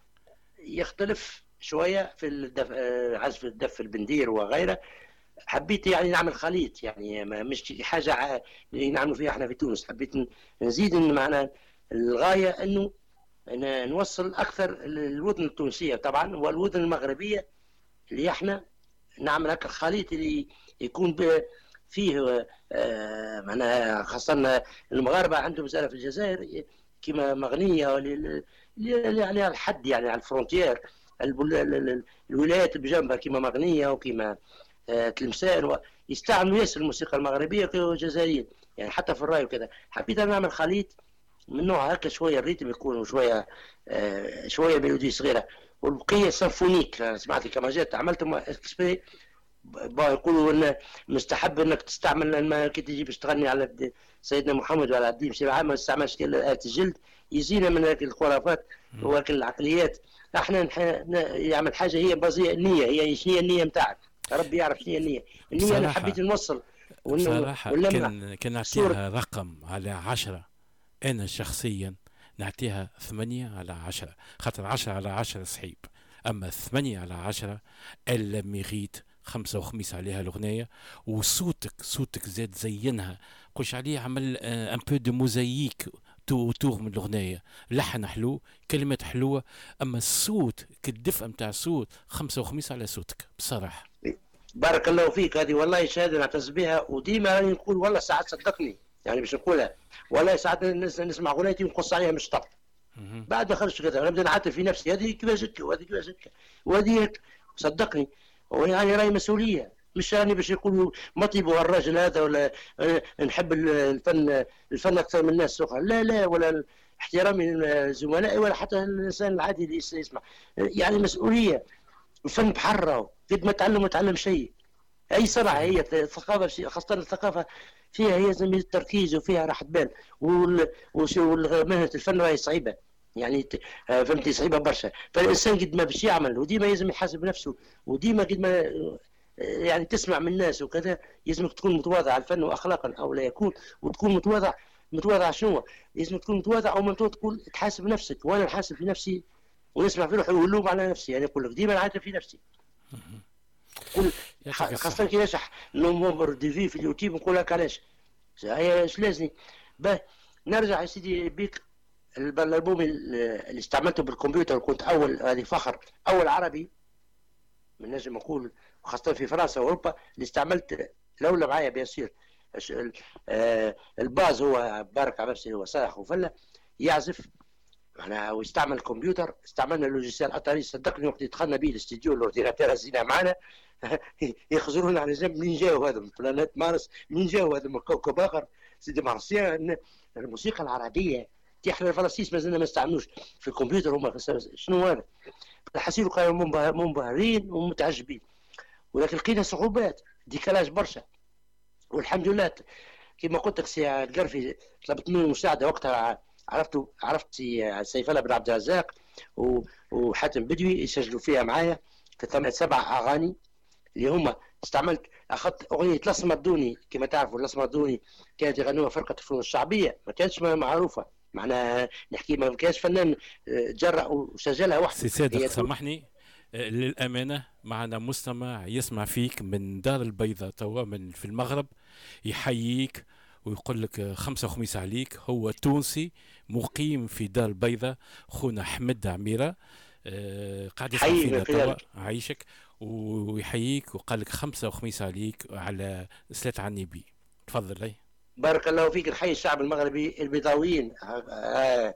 يختلف شويه في عزف الدف البندير وغيره. حبيت يعني نعمل خليط يعني مش حاجه اللي نعملوا فيها احنا في تونس. حبيت نزيد معنا الغايه انه نوصل اكثر الودن التونسيه طبعا والودن المغربيه اللي احنا نعمل هكا خليط اللي يكون فيه معناها خاصه المغاربه عندهم مساله في الجزائر كما مغنيه اللي على الحد يعني على الفرونتيير الولايات بجنبها كما مغنيه وكما تلمسان يستعملوا ياسر الموسيقى المغربيه والجزائريين يعني حتى في الراي وكذا. حبيت نعمل خليط من نوع هكا شويه الريتم يكون شويه ميلودي صغيره والبقيه سيمفونيك. سمعت كما جات عملت اكسبري يقولوا ان مستحب انك تستعمل كي تجي باش تغني على سيدنا محمد وعلى الدين بشكل عام ما تستعملش آلة الجلد يزينا من هذه الخرافات وهذه العقليات. احنا يعمل حاجه هي بازيه النيه هي شنو هي النيه نتاعك ربي يعرف شنو هي النيه. النيه انا حبيت نوصل صراحه كان نعطيها رقم على 10 انا شخصيا نعطيها 8/10 خاطر 10/10 صحيب اما 8/10 الا ميغيت 5 وخميس عليها الأغنية وصوتك زاد زينها قش عليه عمل ان بو دو موزاييك توغ من الأغنية لحن حلو كلمات حلوة أما الصوت كالدفء متاع الصوت 5 وخميس على صوتك بصراحة. بارك الله فيك هذه والله شهادة نعتز بها وديما راني نقول والله ساعات صدقني يعني باش نقولها والله ساعات نسمع أغنيتي ونقص عليها مش طب بعد ما خرجت كذا نبدا نعاتب في نفسي هذه كيفاش هكا وهذه كيفاش هكا وهذه صدقني ويعني راهي مسؤوليه مش يعني باش يقولوا مطيبوا الراجل هذا ولا نحب الفن اكثر من الناس اخرى لا ولا احترامي لزملائي ولا حتى الانسان العادي اللي يسمع يعني مسؤوليه. الفن بحر قد ما تعلم شيء اي صنعه هي الثقافه خاصه الثقافه فيها هي زي التركيز وفيها راحه بال ومهنه الفن راهي صعيبه يعني فهمتي صعيبه برشا. فالانسان قد ما باش يعمل وديما لازم يحاسب نفسه وديما قد ما يعني تسمع من الناس وكذا لازمك تكون متواضع على الفن واخلاقا او لا يكون وتكون متواضع شنو لازم تكون متواضع او من تقول تحاسب نفسك وانا نحاسب في نفسي ونسمع في روحي ونلوم على نفسي يعني نقول لك ديما نعاتب في نفسي خاصة كي نشرح نومبر دي في اليوتيوب نقول لك علاش ايش لازمني نرجع يا سيدي بيك الالبوم اللي استعملته بالكمبيوتر وكنت اول هذه فخر اول عربي من نجم نقول خاصة في فرنسا واوروبا اللي استعملت الاولى معايا بيصير الباز هو بارك على نفسي هو صالح وفله يعزف معناها ويستعمل الكمبيوتر استعملنا اللوجيسيال اتاري صدقني وقت دخلنا به الاستديو الاورديناتور هزينا معنا يخزرونا على جنب منين جاوا هذا من بلانات مارس منين جاوا هذا من كوكب اخر سيدي مارسيان. الموسيقى العربيه احنا الفرنسيس ما زلنا ما استعملوش في الكمبيوتر هم شنو هذا حسيروا قالوا منبهرين ومتعجبين ولكن لقينا صعوبات ديكالاج برشا والحمد لله كما قلت لك سي القرفي طلبت منه المساعده وقتها عرفت سيف الله بن عبد الرزاق وحاتم بدوي يسجلوا فيها معايا في 7 اغاني اللي هما استعملت اخذت اغنيه الاسمر دوني كما تعرفوا الاسمر دوني كانت يغنوها فرقه الفنون الشعبيه ما كانتش معروفه معناها نحكي ما كانش فنان جرأ وسجلها وحده. سي صادق سامحني للامانه معنا مستمع يسمع فيك من دار البيضاء توا من في المغرب يحييك ويقول لك 5 وخميس عليك هو تونسي مقيم في دار البيضاء خونا حمد عميره قاعد يسمع فينا توا عايشك ويحييك وقال لك 5 وخميس عليك على سلات عني بي تفضل. اي بارك الله فيك. نحيي الشعب المغربي البيضاويين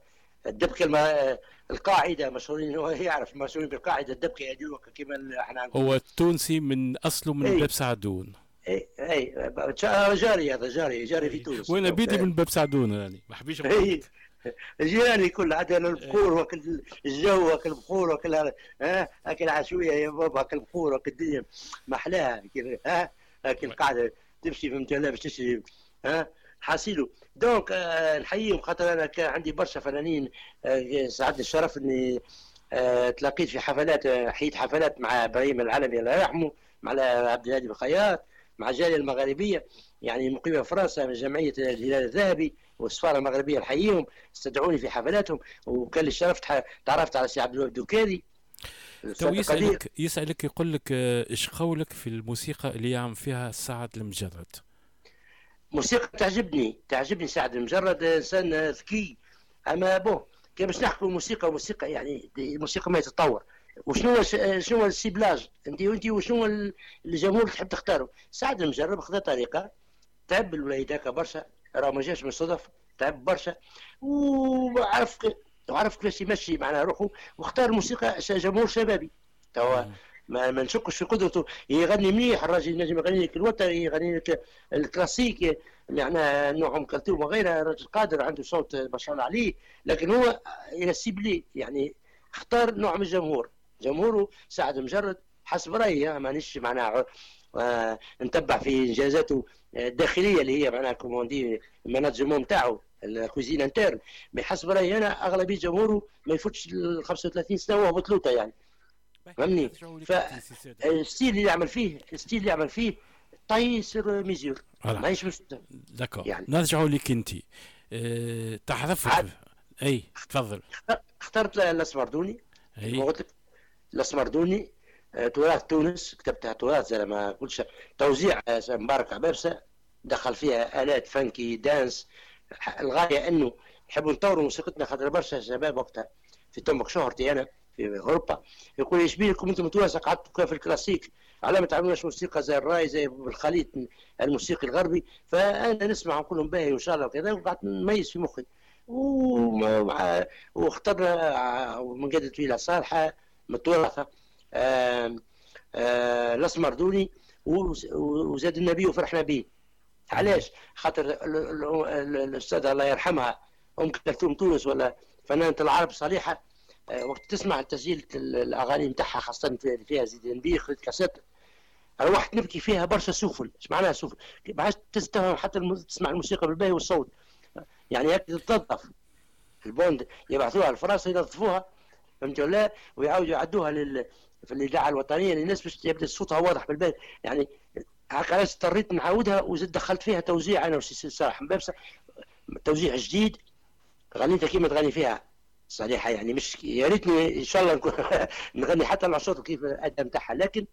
الدبكه القاعده مشهورين، هو يعرف مشهورين بالقاعده الدبكه هذه كما احنا نقول. هو التونسي من اصله من باب سعدون. اي جاري، هذا جاري في تونس. وانا بيدي من باب سعدون يعني ما حبيش نقول جيراني كل عندنا البخور وكل الجو وكل البخور وكل اكل عشويه يا بابا، اكل بخور وكل الدنيا محلاها اكل قاعده تمشي في متلا باش تشري حاسيلو. دونك نحييهم خاطر انا كان عندي برشا فنانين. سعدني الشرف اني تلاقيت في حفلات، حيت حفلات مع ابراهيم العلمي الله يرحمه، مع عبد الهادي بالخياط، مع الجاليه المغاربيه يعني مقيمه في فرنسا من جمعيه الهلال الذهبي والسفاره المغربيه، نحييهم استدعوني في حفلاتهم، وكان لي الشرف تعرفت على سي عبد الوهاب دوكاري. تو يسألك يقول لك ايش قولك في الموسيقى اللي يعمل فيها سعد المجرد؟ موسيقى تعجبني سعد المجرد، انسان ذكي. اما كي باش نحكوا موسيقى يعني الموسيقى ما تتطور. شنو السيبلاج انت وشنو الجمهور تحب تختاره؟ سعد المجرد خذا طريقه تعب الوليد هكا برشا، راه ما جاش من الصدف، تعب برشا وعرف كيفاش يمشي معناها روحه، واختار موسيقى جمهور شبابي. توا ما نشكش في قدرته، يغني مليح الراجل، ينجم يغني لك الوتري، يغني لك الكلاسيك معناها نوع ام كلثوم وغيرها، راجل قادر عنده صوت ما شاء الله عليه، لكن هو ينسب يعني اختار نوع من الجمهور. جمهوره سعد مجرد حسب رايي، مانيش معناها نتبع في انجازاته الداخليه اللي هي معناها كوموندي المانجمون نتاعو الكوزين انترن، بحسب رايي انا اغلبيه جمهوره ما يفوتش ال 35 سنه وهو بطلوطه يعني، فهمني؟ فالستيل اللي يعمل فيه طي سر ميزور ماهيش داكور يعني. نرجعوا لك انت تعرف اي تفضل. اخترت الاسمردوني، قلت لك الاسمردوني تراث تونس، كتبتها تراث زي ما قلتش، توزيع مبارك عبابسه، دخل فيها الات فانكي دانس. الغايه انه نحبوا نطوروا موسيقتنا، خاطر برشا شباب وقتها في تمك شهرتي انا في اوروبا يقول ايش بيكم انتم توانسه قعدتوا في الكلاسيك، على ما تعملوناش موسيقى زي الراي زي بالخليط الموسيقي الغربي. فانا نسمع نقول لهم باهي وان شاء الله وكذا، وقعدت نميز في مخي واخترنا من قد طويله صالحه متورثه الاسمردوني وزاد النبي وفرحنا به. علاش؟ خاطر الاستاذه الله يرحمها ام كلثوم تونس ولا فنانه العرب صالحه، وقت تسمع تسجيل الاغاني نتاعها خاصه فيها زيد النبي، خذت كاسيت روحت نبكي فيها برشا سفل. ايش معناها سفل؟ ما عادش تستوعب حتى تسمع الموسيقى بالباهي والصوت، يعني هكا تتنظف البوند يبعثوها لفرنسا ينظفوها، فهمت ولا؟ ويعاودوا يعدوها في الاذاعه الوطنيه للناس باش يبدا صوتها واضح بالباهي. يعني هكا علاش اضطريت نعاودها، وزدت دخلت فيها توزيع انا وسي صالح مبابسه، توزيع جديد غنيتها كيما تغني فيها صريحه، يعني مش يا ريتني ان شاء الله نكون نغني حتى العشوط كيف الاداء نتاعها، لكن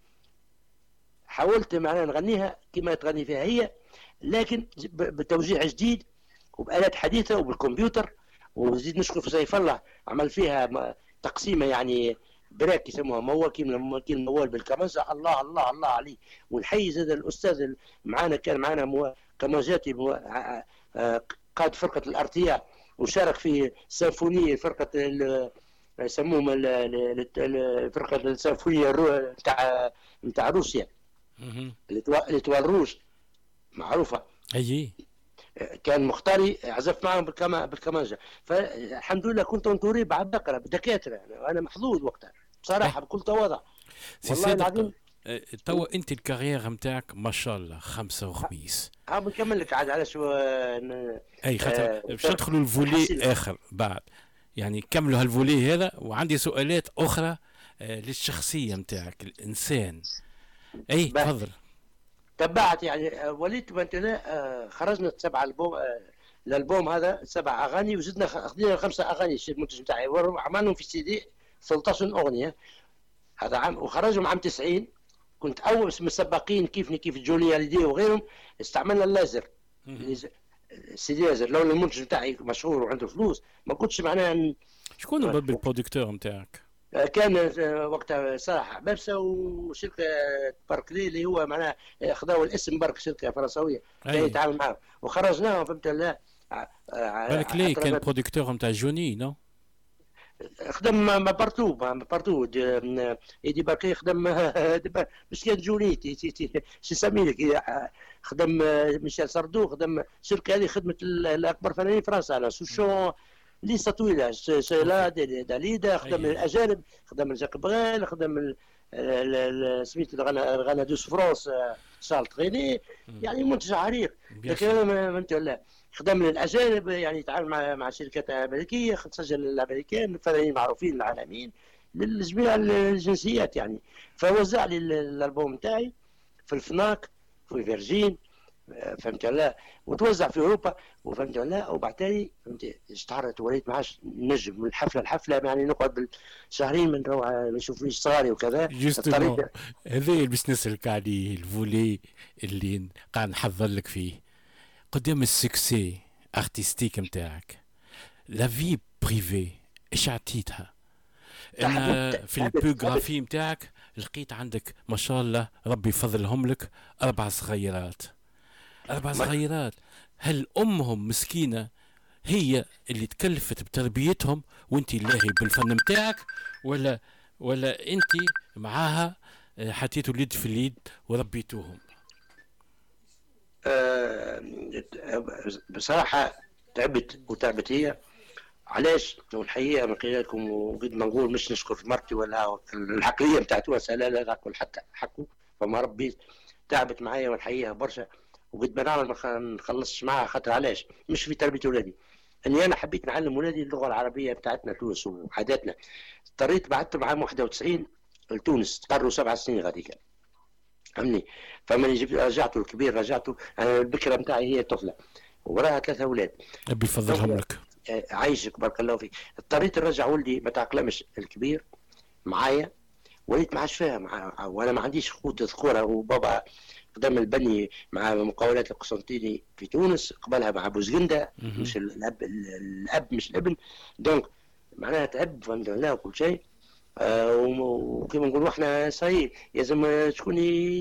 حاولت معناها نغنيها كيما تغني فيها هي، لكن بتوزيع جديد وبآلات حديثه وبالكمبيوتر. وزيد نشكر في سيف الله عمل فيها تقسيمه يعني براك يسموها موال، كيما موال بالكمانجه. الله الله الله عليه. ونحيي زاد الاستاذ معانا، كان معانا كمانجاتي قائد فرقه الارتياح، وشارك في سيمفونيه فرقه يسموهم فرقه السيمفونيه نتاع روسيا لتوال روج معروفه. اي كان مختاري عزف معهم بالكمانجه. فالحمد لله كنت انطوري بعباقره بدكاتره يعني، انا محظوظ وقتها بصراحه بكل تواضع والله العظيم. توا انت الكارير نتاعك ما شاء الله خمسه وخميس. بنكمل لك عاد على شو اي خاطر باش ندخلوا الفولي اخر بعد، يعني كملوا هالفولي هذا، وعندي سؤالات اخرى للشخصيه نتاعك الانسان. اي تفضل. تبعت يعني وليت بنتنا خرجنا 7 البوم، الالبوم هذا 7 اغاني، وزدنا خدينا 5 اغاني المنتج نتاعي، عملهم في سي دي 13 اغنيه هذا عام، وخرجهم عام 90. كنت اول من السباقين كيف جولي هاليدي وغيرهم، استعملنا اللازر سي دي لازر. لو المنتج نتاعي مشهور وعنده فلوس ما كنتش معناها. شكون البرودكتور نتاعك؟ كان وقتها صالح عبابسه وشركه باركلي اللي هو معناها خذاوا الاسم برك، شركه فرنسويه يتعامل معاهم وخرجناهم. فهمت لا باركلي كان برودكتور نتاع جوني نو؟ خدم بارتو ايدي باكي خدم مش كان جوني شو يسمي لك خدم ميشيل ساردو خدم شركه هذه خدمه الاكبر فنانين فرنسا على سوشون ليسا طويله سيلا داليدا خدم الاجانب خدم جاك بغيل خدم سميت الغانا دوس فرونس شارل تغيني يعني منتج عريق. لكن انا لا خدم الاجانب يعني يتعامل مع شركات امريكيه تسجل الامريكان فنانين معروفين العالميين لجميع الجنسيات يعني. فوزع لي الالبوم تاعي في الفناك في فيرجين فهمت لا وتوزع في اوروبا وفهمت لا وبعتالي فهمت اشتهرت وليت ما عادش نجم من حفله لحفله يعني نقعد بالشهرين من نروح ما نشوفنيش صغاري وكذا. جوستومون هذا اللي باش نسالك عليه الفولي اللي قاعد نحضر لك فيه قدام السكسي ارتستيك نتاعك لا في بريفي ايش عطيتها؟ انا في البيوغرافي نتاعك لقيت عندك ما شاء الله ربي يفضلهم لك 4 صغيرات. هل امهم مسكينه هي اللي تكلفت بتربيتهم وانت لاهي بالفن نتاعك ولا انت معاها حطيتوا اليد في اليد وربيتوهم؟ بصراحه تعبت هي. علاش؟ والحقيقه من خلالكم وقد ما نقول مش نشكر مرتي ولا العقليه نتاعتها لا تاكل حتى حكوا فما ربي تعبت معايا والحقيقه برشا وقد ما نعمل ما نخلصش معاها خاطر علاش؟ مش في تربيه ولادي اني انا حبيت نعلم ولادي اللغه العربيه بتاعتنا تونس وعاداتنا. اضطريت بعثتهم عام 91 لتونس قرروا 7 سنين غاديك فهمني. فمن رجعته الكبير رجعته انا البكره نتاعي هي طفله وراها 3 اولاد ربي يفضلهم لك عايشك بارك الله فيك. اضطريت نرجع ولدي ما تاقلمش الكبير معايا وليت ما عادش فاهم وانا ما عنديش اخوت ذكوره وبابا قدام البني مع مقاولات القسنطيني في تونس قبلها مع بوزغندا مش الاب مش الابن دونك معناها تعب فهمت الله وكل شيء. وكما نقولوا احنا صحيح لازم شكون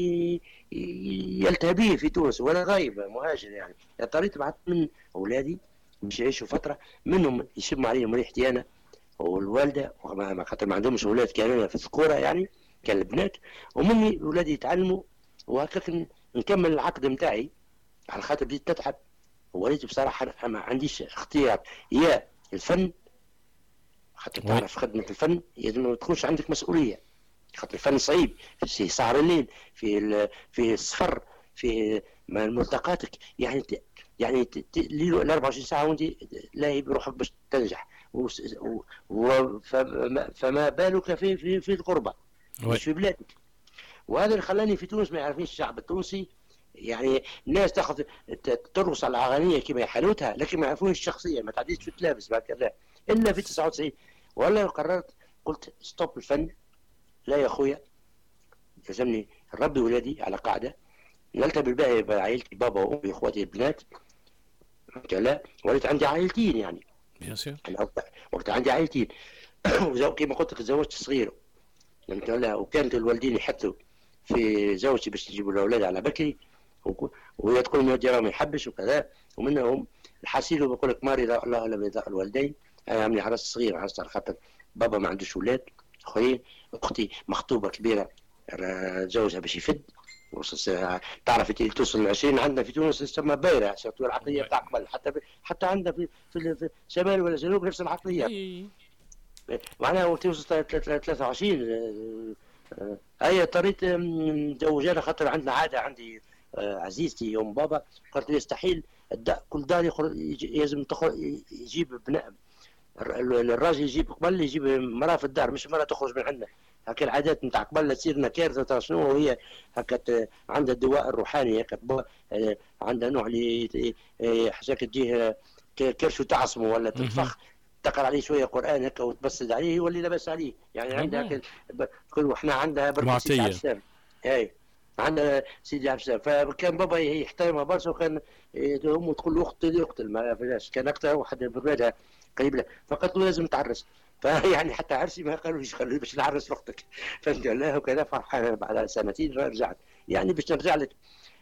يلتهى به في تونس وانا غايب مهاجر يعني. اضطريت بعثت من اولادي باش يعيشوا فتره منهم يشم عليهم ريحتي انا والوالده خاطر ما عندهمش اولاد كانوا في الذكوره يعني كان البنات ومني اولادي يتعلموا وهكاك نكمل العقد نتاعي على خاطر بديت نتعب وليت بصراحه ما عنديش اختيار يا الفن خاطر تعرف خدمه الفن لازم ما تكونش عندك مسؤوليه خاطر الفن صعيب في سهر الليل في السفر في ملتقاتك يعني ال 24 ساعه وانت لاهي بروحك باش تنجح فما بالك في الغربه مش في بلادك. وهذا اللي خلاني في تونس ما يعرفنيش الشعب التونسي يعني الناس تاخذ ترقص على الاغانيه كما حالتها لكن ما يعرفونيش الشخصيه ما تعديش في التلابس بعد كذا الا في 99 ولا قررت قلت ستوب الفن لا يا اخويا لازمني نربي ولادي على قاعده نلتقي بالباقي بعائلتي بابا وامي واخواتي البنات لا وليت عندي عائلتين يعني وقت عندي عائلتين كما قلت لك تزوجت صغير فهمت لا وكانت الوالدين يحثوا في زوجتي باش يجيبوا الاولاد على بكري وهي تقول ما ما يحبش وكذا ومنهم الحسيل بقول لك ماري الله لا يرضى الوالدين انا عملي عرس صغير عرست على خاطر بابا ما عندوش اولاد اخوين اختي مخطوبه كبيره زوجها باش يفد تعرف اللي توصل ل 20 عندنا في تونس تسمى بايره سيرتو العقليه بتاع قبل حتى عندنا في الشمال ولا الجنوب نفس العقليه معناها توصل 23 هي اضطريت متزوجة خاطر عندنا عاده عندي عزيزتي ام بابا قالت لي يستحيل كل دار لازم يجيب ابناء الراجل يجيب قبل يجيب مراه في الدار مش مراه تخرج من عندنا هكا العادات نتاع قبل تصير لنا كارثه ترى شنو وهي هكا عندها الدواء الروحاني هكا عندها نوع اللي حاجه تجيه كرش وتعصمه ولا تنفخ تقرا عليه شويه قران هكا وتبسد عليه يولي لاباس عليه يعني عندها تقول احنا عندها برك سيدي عبد السلام اي عندنا سيدي عبد السلام فكان بابا يحترمها برشا وكان امه تقول له اقتل ما فيهاش كان اكثر واحد بلادها قريب له فقالت له لازم تعرس فيعني حتى عرسي ما قالوش خلوني باش نعرس اختك فهمت الله وكذا فرحان بعد 2 سنين رجعت يعني باش نرجع لك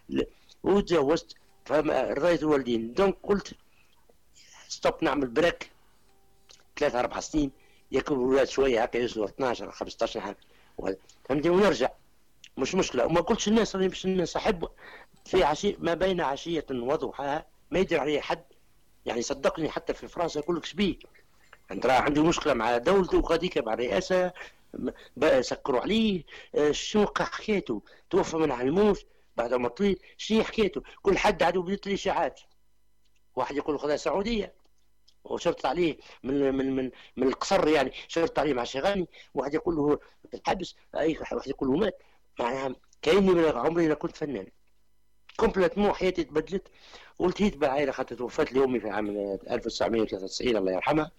وتزوجت فرضيت الوالدين دونك قلت ستوب نعمل بريك 3-4 سنين ياكل ولاد شويه هكا يوصلوا 12 15 حاجه فهمتني، ونرجع مش مشكله. وما قلتش الناس راني باش نصاحب في عشية ما بين عشيه وضحاها ما يدير عليه حد. يعني صدقني حتى في فرنسا يقول لك شبيه انت راه عنده مشكله مع دولته وغاديك مع الرئاسه سكروا عليه. شنو حكايته؟ توفى من علموش بعد ما طويل. شنو حكايته؟ كل حد عنده بديت الاشاعات. واحد يقول خذها سعوديه وشرط عليه من القصر، يعني شرط عليه مع شغاني. واحد يقول له في الحبس، اي واحد يقول له مات. معناها كاني من عمري انا كنت فنان كومبليتمون. حياتي تبدلت والتهيت بالعائله خاطر توفت لي امي في عام 1993 الله يرحمها.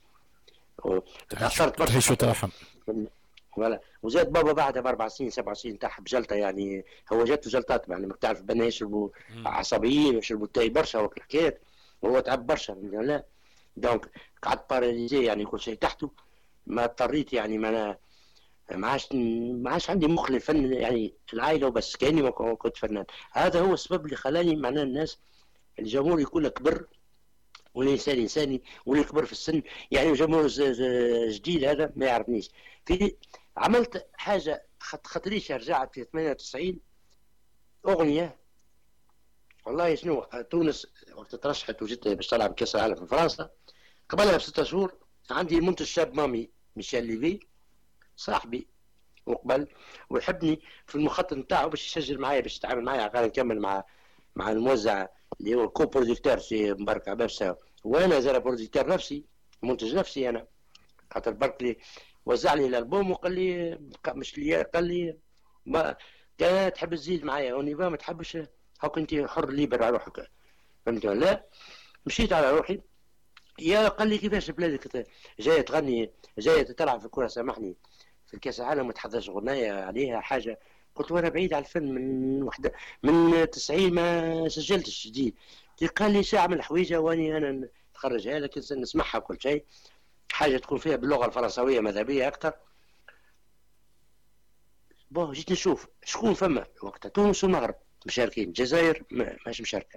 تاثرت برشا. تعيش وترحم. ولا وزاد بابا بعدها ب4 سنين 7 سنين تاع بجلطه، يعني هو جاته جلطات يعني ما تعرف بنا يشربوا عصبيين يشربوا تاي برشا وحكايات وهو تعب برشا لا. دونك قعدت باراليزي يعني كل شيء تحته. ما اضطريت يعني ما عادش عندي مخ للفن يعني العائله وبس كاني ما كنت فنان. هذا هو السبب اللي خلاني معناه الناس الجمهور يقول لك كبر والانسان انساني واللي كبر في السن. يعني جمهور جديد هذا ما يعرفنيش. في عملت حاجه خطريش رجعت في 98 اغنيه والله شنو تونس وقت ترشحت وجيت باش تلعب كاس العالم في فرنسا. قبلها ب6 شهور عندي منتج شاب مامي ميشيل ليفي صاحبي وقبل ويحبني في المخطط نتاعو باش يسجل معايا باش يتعامل معايا قال نكمل مع الموزع اللي هو كو بروديكتور سي مبارك عباس. وانا زاد بروديكتور نفسي منتج نفسي انا خاطر بركلي وزع لي الالبوم وقال لي مش لي قال لي ما كان تحب تزيد معايا ونيفا ما تحبش هاك انت حر ليبر على روحك فهمت ولا لا. مشيت على روحي. يا قال لي كيفاش بلادك جايه تغني جايه تلعب في الكره سامحني في الكاس العالم ما تحضرش اغنيه عليها حاجه. قلت وانا بعيد على الفن من 90 ما سجلتش جديد. قال لي ساعه من الحويجه واني انا نخرجها لك نسمعها كل شيء حاجه تكون فيها باللغه الفرنسويه ماذا اكثر. بون جيت نشوف شكون فما وقتها تونس والمغرب مشاركين. الجزائر ماهيش مشاركه.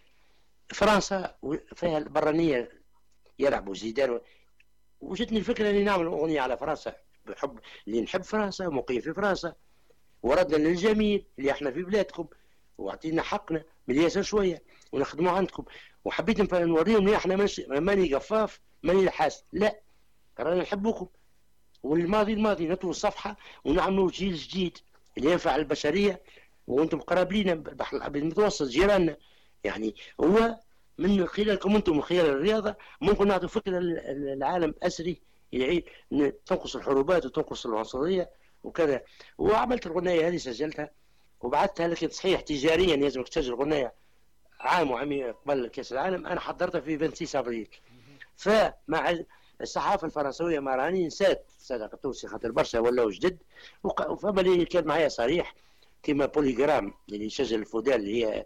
فرنسا فيها البرانيه يلعبوا زيدان. وجتني الفكره اني نعمل اغنيه على فرنسا بحب اللي نحب فرنسا مقيم في فرنسا وردنا للجميل اللي احنا في بلادكم واعطينا حقنا من اليسار شويه ونخدموا عندكم. وحبيت نوريهم ان احنا ماني قفاف ماني لحاس لا رانا نحبوكم. والماضي نطوي الصفحه ونعملوا جيل جديد اللي ينفع البشريه وانتم قراب لينا البحر الابيض المتوسط جيراننا. يعني هو من خلالكم انتم من خلال الرياضه ممكن نعطوا فكره العالم اسري يعيد تنقص الحروبات وتنقص العنصريه وكذا. وعملت الغنية هذه سجلتها وبعثتها لكن صحيح تجاريا لازمك تسجل غنية عام وعامين قبل كأس العالم. أنا حضرتها في 26 أبريل. فمع الصحافة الفرنسوية ما راني نسات صدق التونسي خاطر برشا ولاو جدد. وفما اللي كان معايا صريح كيما بوليغرام اللي يسجل الفودال اللي هي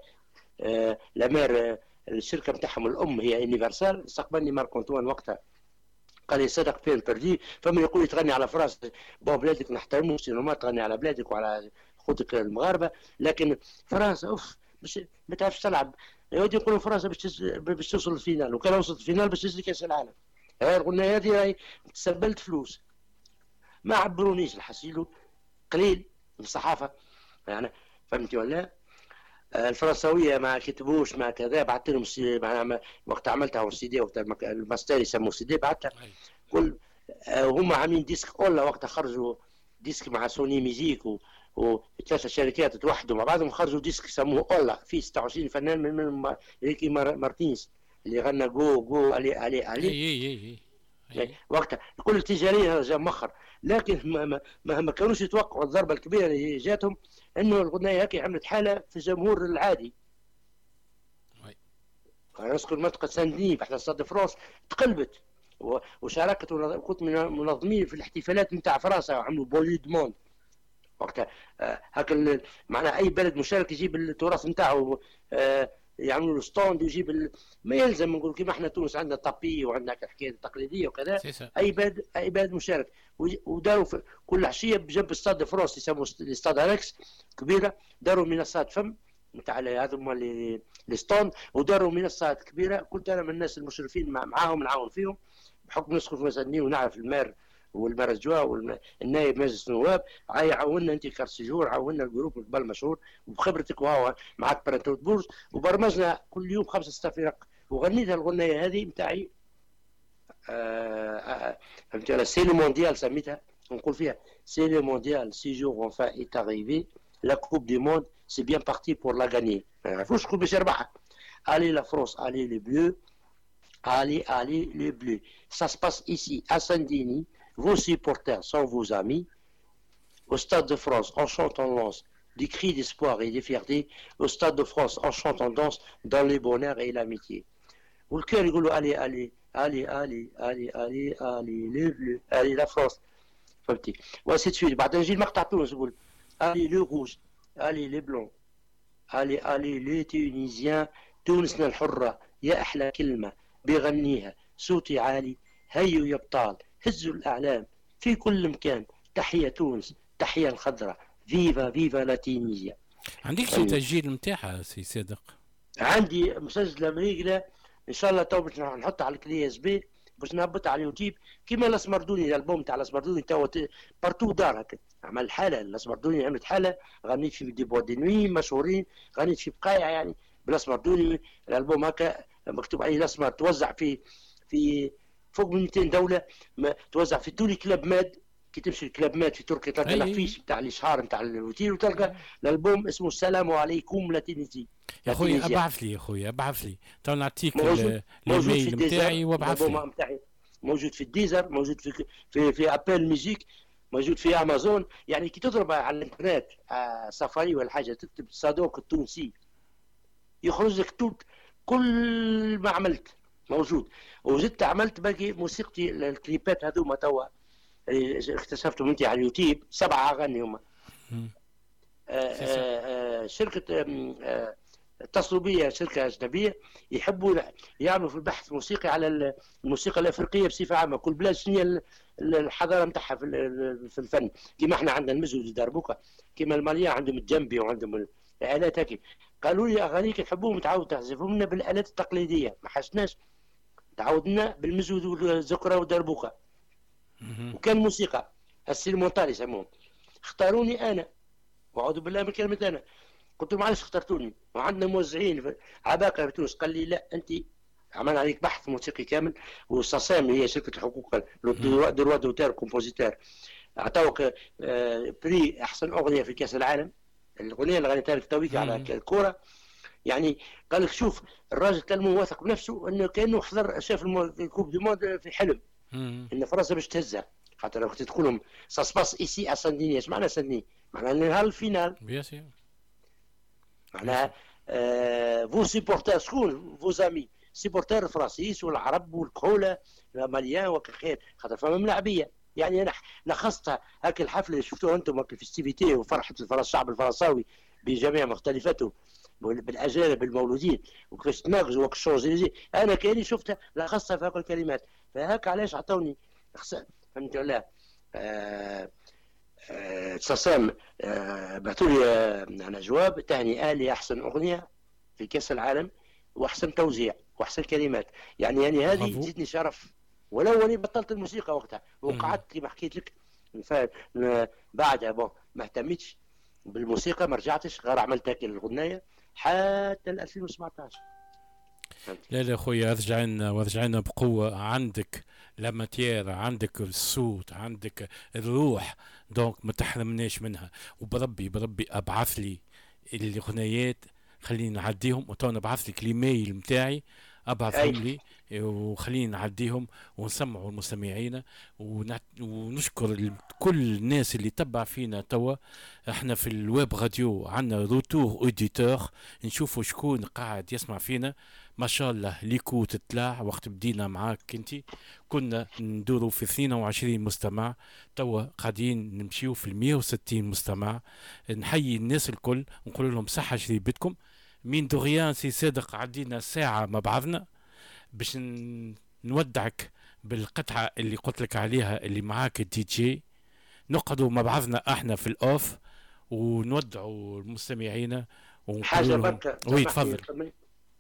لامير الشركة نتاعهم الأم هي يونيفرسال. استقبلني مارك أنطوان وقتها قال لي صدق بين بردي. فمن يقول لي تغني على فرنسا بون بلادك نحترمه سينما تغني على بلادك وعلى خوتك المغاربه لكن فرنسا اوف باش ما تعرفش تلعب. يودي يقولوا فرنسا باش توصل الفينال وكان وصلت الفينال باش تجي كاس العالم. قلنا هذه راهي تسبلت فلوس ما عبرونيش الحسيلو قليل من الصحافه يعني فهمتي ولا. الفرنساويه ما كتبوش ما كذا بعثت لهم وقت عملتها سي دي وقت الماستر يسموه سي دي بعثتها كل هم عاملين ديسك اولا وقتها خرجوا ديسك مع سوني ميوزيك وثلاثه شركات توحدوا مع بعضهم خرجوا ديسك يسموه اولا فيه 26 فنان من ريكي مارتينز اللي غنى جو علي وقتها كل التجاريه جا مخر. لكن ما كانوش يتوقعوا الضربه الكبيره اللي جاتهم انه الغنايه هكي عملت حاله في الجمهور العادي. نسكن منطقه ساندني بحث ستاد فرانس تقلبت وشاركت كنت من المنظمين في الاحتفالات نتاع فرنسا وعملوا بولي دوموند وقتها. هكا معناها اي بلد مشارك يجيب التراث نتاعو يعملوا له ستوند ويجيب ما يلزم نقول كيما احنا تونس عندنا طابي وعندنا الحكايه التقليديه وكذا. اي بلد مشارك وداروا كل عشيه بجنب ستاد فرانس يسموه ستاد اليكس كبيره. داروا منصات فم نتاع هذوما اللي ستوند وداروا منصات كبيره. كنت انا من الناس المشرفين معاهم نعاون فيهم بحكم نسكن في مسني ونعرف المار والمرجوع والنائب مجلس النواب، عاونا انت كارسيجور، عاونا الجروب قبل مشهور وبخبرتك وهو معك برنتوت بورس، وبرمجنا كل يوم 5-6 فرق، وغنيتها الغنية هذه نتاعي فهمت على سي لو مونديال سميتها، نقول فيها سي لو مونديال سي جور enfin est arrivé la coupe du monde c'est bien parti pour la gagner. ما يعرفوش شكون باش يربحها. allez la France, allez les bleus, allez les bleus. Ça se passe ici à Saint-Denis, vos supporters sont vos amis. Au Stade de France, on chante, on lance des cris d'espoir et de fierté. Au Stade de France, on chante, on danse dans le bonheur et l'amitié. والكل يقولوا allez allez allez allez allez allez allez les bleus, allez la France. فهمتي؟ واسي تسويت. بعد نجي المقطع تونس يقول allez le rouge, allez les blancs, allez allez les tunisiens. تونسنا الحرة يا أحلى كلمة بيغنيها صوتي عالي، هيو يا بطال هزوا الأعلام في كل مكان، تحية تونس تحية الخضراء، فيفا فيفا لا تونيزيا. عندك شي تسجيل نتاعها سي صادق؟ عندي مسجلة مريقلة ان شاء الله، تو باش نحطها على الكلي اس بي باش نهبطها على اليوتيوب كيما الاسمردوني. الالبوم تاع الاسمردوني تو بارتو دار هكا، عمل حالة الاسمردوني، عملت حالة غنيت في دي بوا دي نوي مشهورين، غنيت في بقايع يعني بالاسمردوني. الالبوم هكا مكتوب عليه الاسمر، توزع في فوق من 200 دولة، توزع في تولي كلاب ماد. كي تمشي الكلاب ماد في تركيا تلقى الافيش نتاع الاشهار نتاع الوتير، وتلقى الالبوم اسمه السلام عليكم لا تونسي. يا خويا ابعث لي، يا خويا ابعث لي، تو نعطيك الايميل نتاعي وابعث لي. الالبوم نتاعي موجود في الديزر، موجود في ابل ميوزيك، موجود في امازون. يعني كي تضرب على الانترنت سفاري ولا حاجه تكتب صادوق التونسي يخرج لك كل ما عملت موجود. وزدت عملت باقي موسيقتي الكليبات هذوما توا اكتشفتهم انت على اليوتيوب، 7 اغاني هما. شركه اتصلوا بي، شركه اجنبيه يحبوا يعملوا في البحث الموسيقي على الموسيقى الافريقيه بصفه عامه، كل بلاد شنو الحضاره نتاعها في الفن. كيما احنا عندنا المزود الدربوكه، كيما الماليا عندهم الجنبي وعندهم الالات هكي. قالوا لي اغانيك نحبوهم تعاود تعزفوا لنا بالالات التقليديه، ما حسناش، تعودنا بالمزود والزكره والدربوكه. وكان موسيقى السيلمونتال يسموهم. اختاروني انا، واعوذ بالله من كلمه انا، قلت لهم علاش اخترتوني؟ وعندنا موزعين عباقره في تونس. قال لي لا انت عملنا عليك بحث موسيقي كامل، وساسام هي شركه الحقوق دروا دوتير كومبوزيتور عطاوك بري احسن اغنيه في كاس العالم، الاغنيه اللي غنيتها لك تويك على الكوره. يعني قال لك شوف الراجل كان واثق بنفسه انه كانه حضر شاف الكوب دي مود في حلم، ان فرنسا باش تهزها. خاطر لو كنت تقول لهم سا سباس ايسي ا سانديني، اش معنى سانديني؟ معناها النهار الفينال، بيان سي معناها فو سيبورتير شكون فو زامي سيبورتير الفرنسيس والعرب والكحوله الماليان وكخير، خاطر فما ملاعبيه. يعني انا لخصتها هاك الحفله اللي شفتوها انتم هاك الفيستيفيتي وفرحه الشعب الفرنساوي بجميع مختلفاته بالاجانب بالمولودين وكيفاش تناقشوا وك الشونزليزي، انا كاني شفتها لخصتها في هاك الكلمات. فهاك علاش عطوني فهمت ولا ساسام بعثوا لي انا جواب تهنئه لاحسن اغنيه في كاس العالم واحسن توزيع واحسن كلمات. يعني هذه تزيدني شرف، ولو اني بطلت الموسيقى وقتها وقعدت كما حكيت لك بعدها ما اهتمتش بالموسيقى، ما رجعتش غير عملت هيك الغنايه حتى 2017. لا خويا رجعنا بقوة. عندك لاماتيير، عندك الصوت، عندك الروح، دونك ما تحرمناش منها. وبربي ابعث لي الغنايات، خليني نعديهم. وتو نبعث لك الايميل نتاعي ابعثهم لي وخلينا نعديهم ونسمعوا المستمعين. ونشكر كل الناس اللي تبع فينا توا. احنا في الويب راديو عندنا روتور اوديتور، نشوفوا شكون قاعد يسمع فينا. ما شاء الله ليكو تطلع. وقت بدينا معاك كنتي كنا ندوروا في 22 مستمع، توا قاعدين نمشيو في 160 مستمع. نحيي الناس الكل ونقول لهم صحة شريبتكم. مين دغيان سي صادق عدينا ساعة مع بعضنا باش نودعك بالقطعة اللي قلت لك عليها اللي معاك الدي جي. نقعدوا مع بعضنا احنا في الاوف ونودعوا المستمعين حاجة بركة. وي تفضل.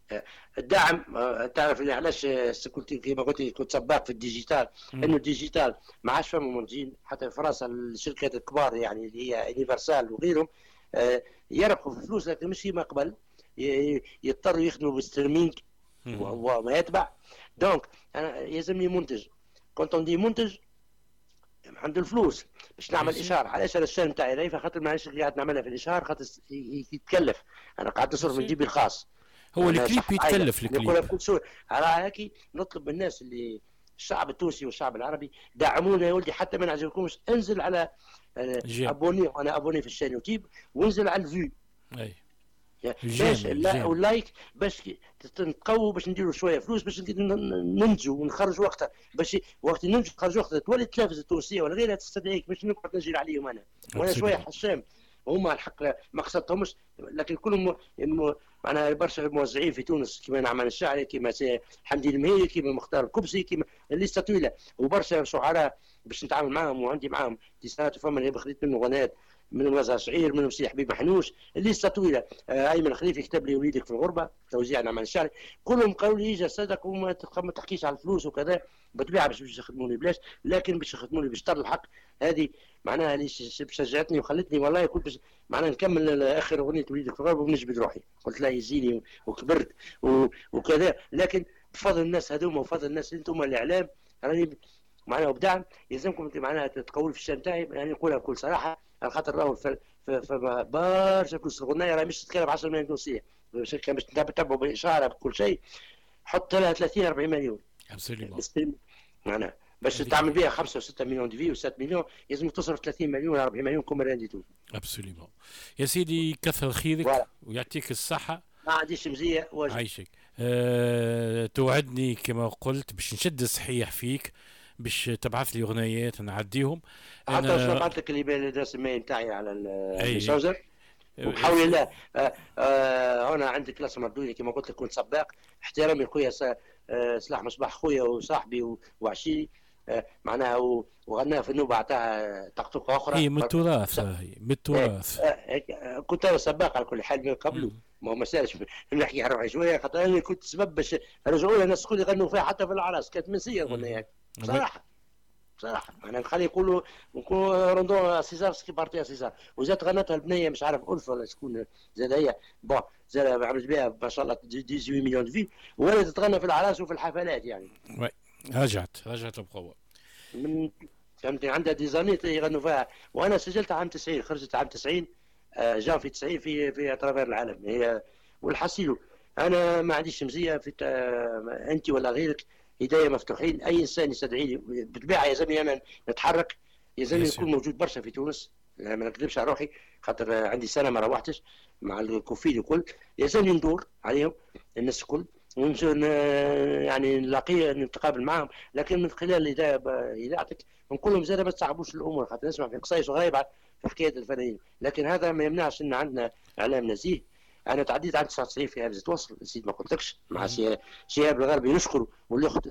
الدعم تعرف اللي علاش كنت كيما قلت كنت سباق في الديجيتال، انه الديجيتال ما عادش فما منتجين حتى في فرنسا. الشركات الكبار يعني اللي هي يونيفرسال وغيرهم يربحوا في الفلوس، لكن مش كيما قبل يضطروا يخدموا بالستريمينج وما يتبع. دونك انا يلزمني منتج، كنت عندي منتج عنده الفلوس باش نعمل اشهار. علاش انا الشان تاعي ضعيفه؟ خاطر مانيش قاعد نعملها في الاشهار، خاطر يتكلف. انا قاعد نصرف من جيبي الخاص. هو الكليب يتكلف. الكليب كل شيء على هيك. نطلب من الناس اللي الشعب التونسي والشعب العربي دعمونا يا ولدي، حتى ما نعجبكمش انزل على ابوني، وانا ابوني في الشان يوتيوب، وانزل على الفيو اي باش واللايك باش نتقووا، باش نديروا شويه فلوس، باش ننتجوا ونخرجوا وقتها. باش وقت ننتجوا نخرجوا وقتها تولي التلفزه التونسيه ولا غيرها تستدعيك، باش نقعد نجري عليهم انا. وانا شويه حشام، هما الحق ما قصدتهمش، لكن كلهم معناها برشا موزعين في تونس كيما نعمان الشاعري، كيما حمدي المهيري، كيما مختار الكبسي، كيما الليسته طويله، وبرشا شعراء باش نتعامل معاهم. وعندي معاهم اتصالات، وفما اللي خديت منه غنات، منهم وزع شعير، منهم سي حبيب محنوش، الليسته طويله. ايمن خليفي كتب لي وليدك في الغربه، توزيع نعمان الشاعري. كلهم قالوا لي يجي صدق وما تحكيش على الفلوس وكذا، بالطبيعه باش يخدموني بلاش، لكن باش يخدموني بشطر الحق. هذه معناها اللي شجعتني وخلتني والله كنت معناها نكمل اخر اغنيه وليدك في الغربه ونجبد روحي. قلت لا يزيني وكبرت وكذا، لكن بفضل الناس هذوما وفضل الناس انتم الاعلام راني معناها وبدعم. يلزمكم معناها تقول في الشان تاعي، يعني نقولها بكل صراحه، على خاطر راهو برشا فلوس الغنايه، راه مش تتكلم 10 مليون تونسيه، باش تتبعوا باشاره بكل شيء، حط لها 30 40 مليون معناها باش تعمل بها 5 و6 مليون دي في و7 مليون، لازم تصرف 30 مليون ولا 40 مليون كوم راندي تو. ابسوليومون يا سيدي، كثر خيرك ويعطيك الصحه. ما عنديش مزيه واجب. عايشك. توعدني كما قلت باش نشد الصحيح فيك، باش تبعث لي اغنيات نعديهم. حتى انا بعثت لك الادرس الميل نتاعي على الميسنجر، وبحول الله هنا عندك كلاس مردودي كما قلت لك. كنت سباق، احترامي خويا سلاح مصباح خويا وصاحبي وعشيري معناها، وغناها في النوبه تاع طقطقه اخرى. هي من التراث، هي من التراث. كنت انا سباق على كل حال من قبله، ما سالش نحكي على روحي شويه، خاطر انا كنت سبب باش رجعوا لنا الناس الكل يغنوا فيها حتى في العراس. كانت منسيه الاغنيه بصراحه انا نخلي يقولوا روندون سيزارسكي بارتي سيزار. وزاد غنتها البنيه مش عارف ألف ولا شكون زاد، هي بون زاد عملت بها ما شاء الله 18 مليون في، ولا تتغنى في العراس وفي الحفلات يعني. وي رجعت بقوه من فهمتني. عندها ديزانيت يغنوا فيها، وانا سجلتها عام 90، خرجت عام 90 جان في 90 في اطراف العالم هي. والحصيلو انا ما عنديش مزيه في انت ولا غيرك، هدايا مفتوحين، اي انسان يستدعيني بالطبيعه يلزمني انا نتحرك، يلزمني نكون موجود برشا في تونس، ما نكذبش على روحي، خاطر عندي سنه ما روحتش مع الكوفيد الكل، يلزمني ندور عليهم الناس الكل يعني نتقابل معهم، لكن من خلال اذاعتك نقول لهم زاد ما تصعبوش الامور، خاطر نسمع في قصايص وغايب في حكايه الفنانين، لكن هذا ما يمنعش ان عندنا اعلام نزيه. انا تعديت عام 99 في همزه وصل، نسيت ما قلتلكش، مع شهاب الغربي نشكره، والاخت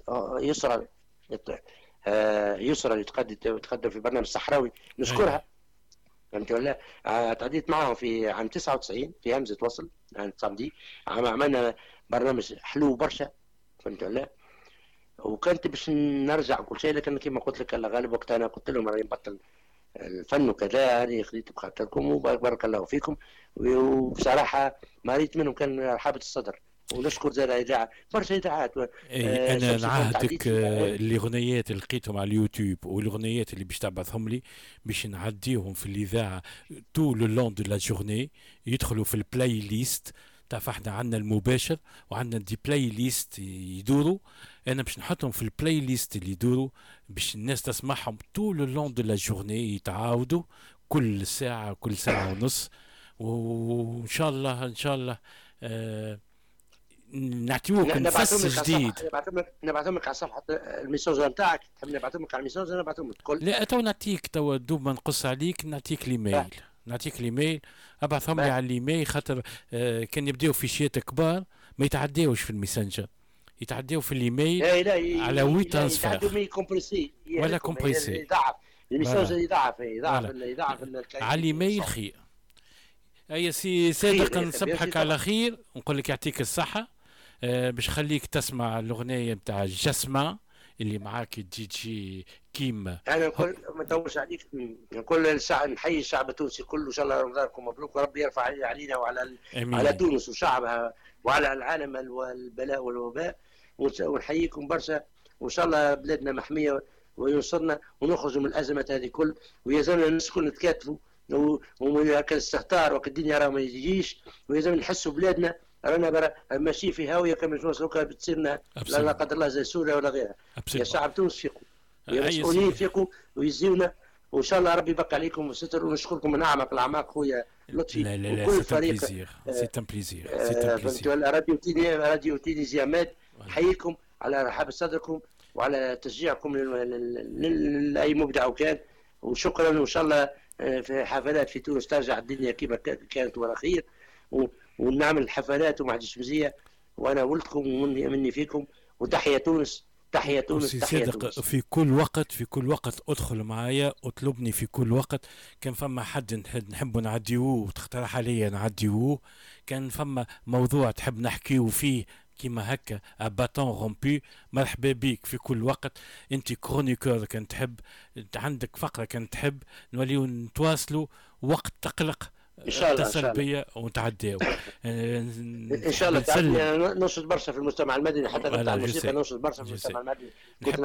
يسرى اللي تقدم في برنامج الصحراوي نشكرها، فهمت ولا؟ تعديت معاهم في عام 99 في همزه وصل، عام صمدي عملنا برنامج حلو برشا، فهمت ولا؟ وكنت باش نرجع كل شيء، لكن كما قلت لك الله غالب، وقت انا قلت لهم راني نبطل الفن وكذا، هذه خديت بخاطركم وبارك الله فيكم، وبصراحه ما ريت منهم كان رحابه الصدر، ونشكر زاد الاذاعه برشا اذاعات. انا نعهدك الاغنيات اللي لقيتهم على اليوتيوب والاغنيات اللي باش تبعثهم لي باش نعديهم في الاذاعه تو لو لون دو لا جورني، يدخلوا في البلاي ليست. تعرف احنا عندنا المباشر وعندنا دي بلاي ليست يدوروا، انا باش نحطهم في البلاي ليست اللي يدوروا باش الناس تسمعهم تو لو لون دو لا جورني، يتعاودوا كل ساعه ونص، وان شاء الله نعطيوك نفس جديد. نبعثهم لك على صفحه الميساج نتاعك، تحب نبعثهم لك على الميساج؟ نبعثهم لك الكل. لا تو نعطيك، تو دوب ما نقص عليك نعطيك الايميل، ابعثهم لي على الايميل، خاطر كان يبداو فيشيات كبار ما يتعداوش في الميسنجر، يتعداو في الايميل على 8 ترانسفير ولا كومبريسي، يضعف الميسنجر، يضعف على الايميل. خير اي سي صادق، نصبحك على خير ونقول لك يعطيك الصحه، باش خليك تسمع الأغنية متاع جسمة اللي معاك دي جي كيم. انا نقول ما نطولش عليك، نقول الشعب، نحيي الشعب التونسي كله، ان شاء الله رمضانكم مبروك، وربي يرفع علينا وعلى على تونس وشعبها وعلى العالم البلاء والوباء، ونحييكم برشا، وان شاء الله بلادنا محميه وينصرنا ونخرجوا من الازمه هذه كل، ويلزمنا الناس الكل نتكاتفوا، وهكا الاستهتار وقت الدنيا راه ما يجيش، ويلزمنا نحسوا بلادنا رانا ماشي في هاويه كما نشوفوا بتصيرنا لا قدر الله زي سوريا ولا غيرها. يا شعب تونس فيقوا، يا مسؤولين فيقوا ويزيونا، وان شاء الله ربي يبقى عليكم وستر، ونشكركم من اعمق الاعماق خويا لطفي وكل الفريق. سي ان بليزير راديو تونيزيا ماد، نحييكم على رحاب صدركم وعلى تشجيعكم لاي مبدع وكان، وشكرا، وان شاء الله في حفلات في تونس ترجع الدنيا كما كانت ولا خير، ونعمل حفلات وما عادش مزيه، وانا ولدكم ومني فيكم، وتحيا تونس، تحيا تونس، تحيا تونس. في كل وقت ادخل معايا، اطلبني في كل وقت. كان فما حد نحب نعديوه وتقترح عليا نعديوه، كان فما موضوع تحب نحكيو فيه كيما هكا اباتون رومبي، مرحبا بيك في كل وقت. انت كرونيكور كان تحب، عندك فقره كان تحب، نوليو نتواصلوا وقت تقلق ان شاء الله اتصل بيا ونتعداو ان شاء الله. ننشط برشا في المجتمع المدني، حتى نتاع الموسيقى ننشط برشا في المجتمع المدني. نحب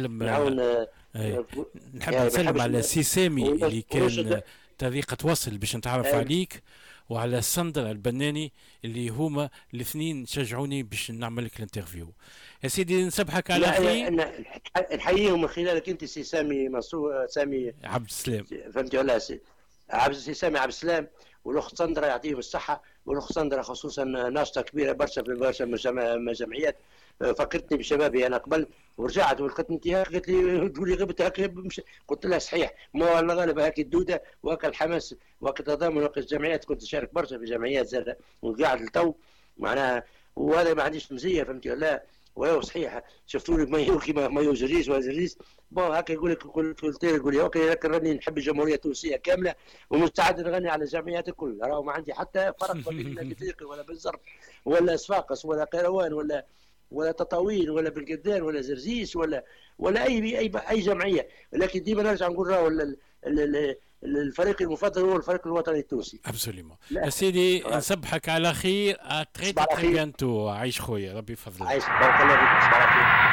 نسلم على سي سامي اللي كان طريقة وصل باش نتعرف عليك، وعلى سندر البناني اللي هما الاثنين شجعوني باش نعمل لك الانترفيو. يا سيدي نسبحك على خير، نحييهم من خلالك انت سي سامي منصور، سامي عبد السلام، فهمت ولا سي سامي عبد السلام، والاخت سندرا يعطيهم الصحه، والاخت سندرا خصوصا ناشطه كبيره برشا في برشا جمعيات، فكرتني بشبابي انا قبل، ورجعت ولقيتني انت قالت لي تقولي غبت هكا، قلت لها صحيح، ما والله غالب هكا الدوده وهكا الحماس وهكا التضامن وهكا الجمعيات، كنت نشارك برشا في جمعيات زاد وقاعد للتو معناها، وهذا ما عنديش مزيه فهمتي ولا، وهو صحيح شفتوني مايو كيما مايو جريس ولا جريس بون هكا يقول لك يقول لي اوكي لكن راني نحب الجمهوريه التونسيه كامله ومستعد نغني على الجمعيات الكل، راهو ما عندي حتى فرق بين الافريقي ولا بالزرق ولا صفاقس ولا قيروان ولا تطاوين ولا بالقدان ولا زرزيس ولا اي جمعيه، لكن ديما نرجع نقول راهو الفريق المفضل هو الفريق الوطني التونسي. ابسوليمون. يا سيدي نسبحك على خير، تري بيانتو، عايش خويا، ربي يفضلك. عايش، بارك الله فيك، صباح الخير.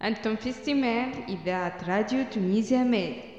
أنتم في استماع إذاعة راديو تونيزيا ميد.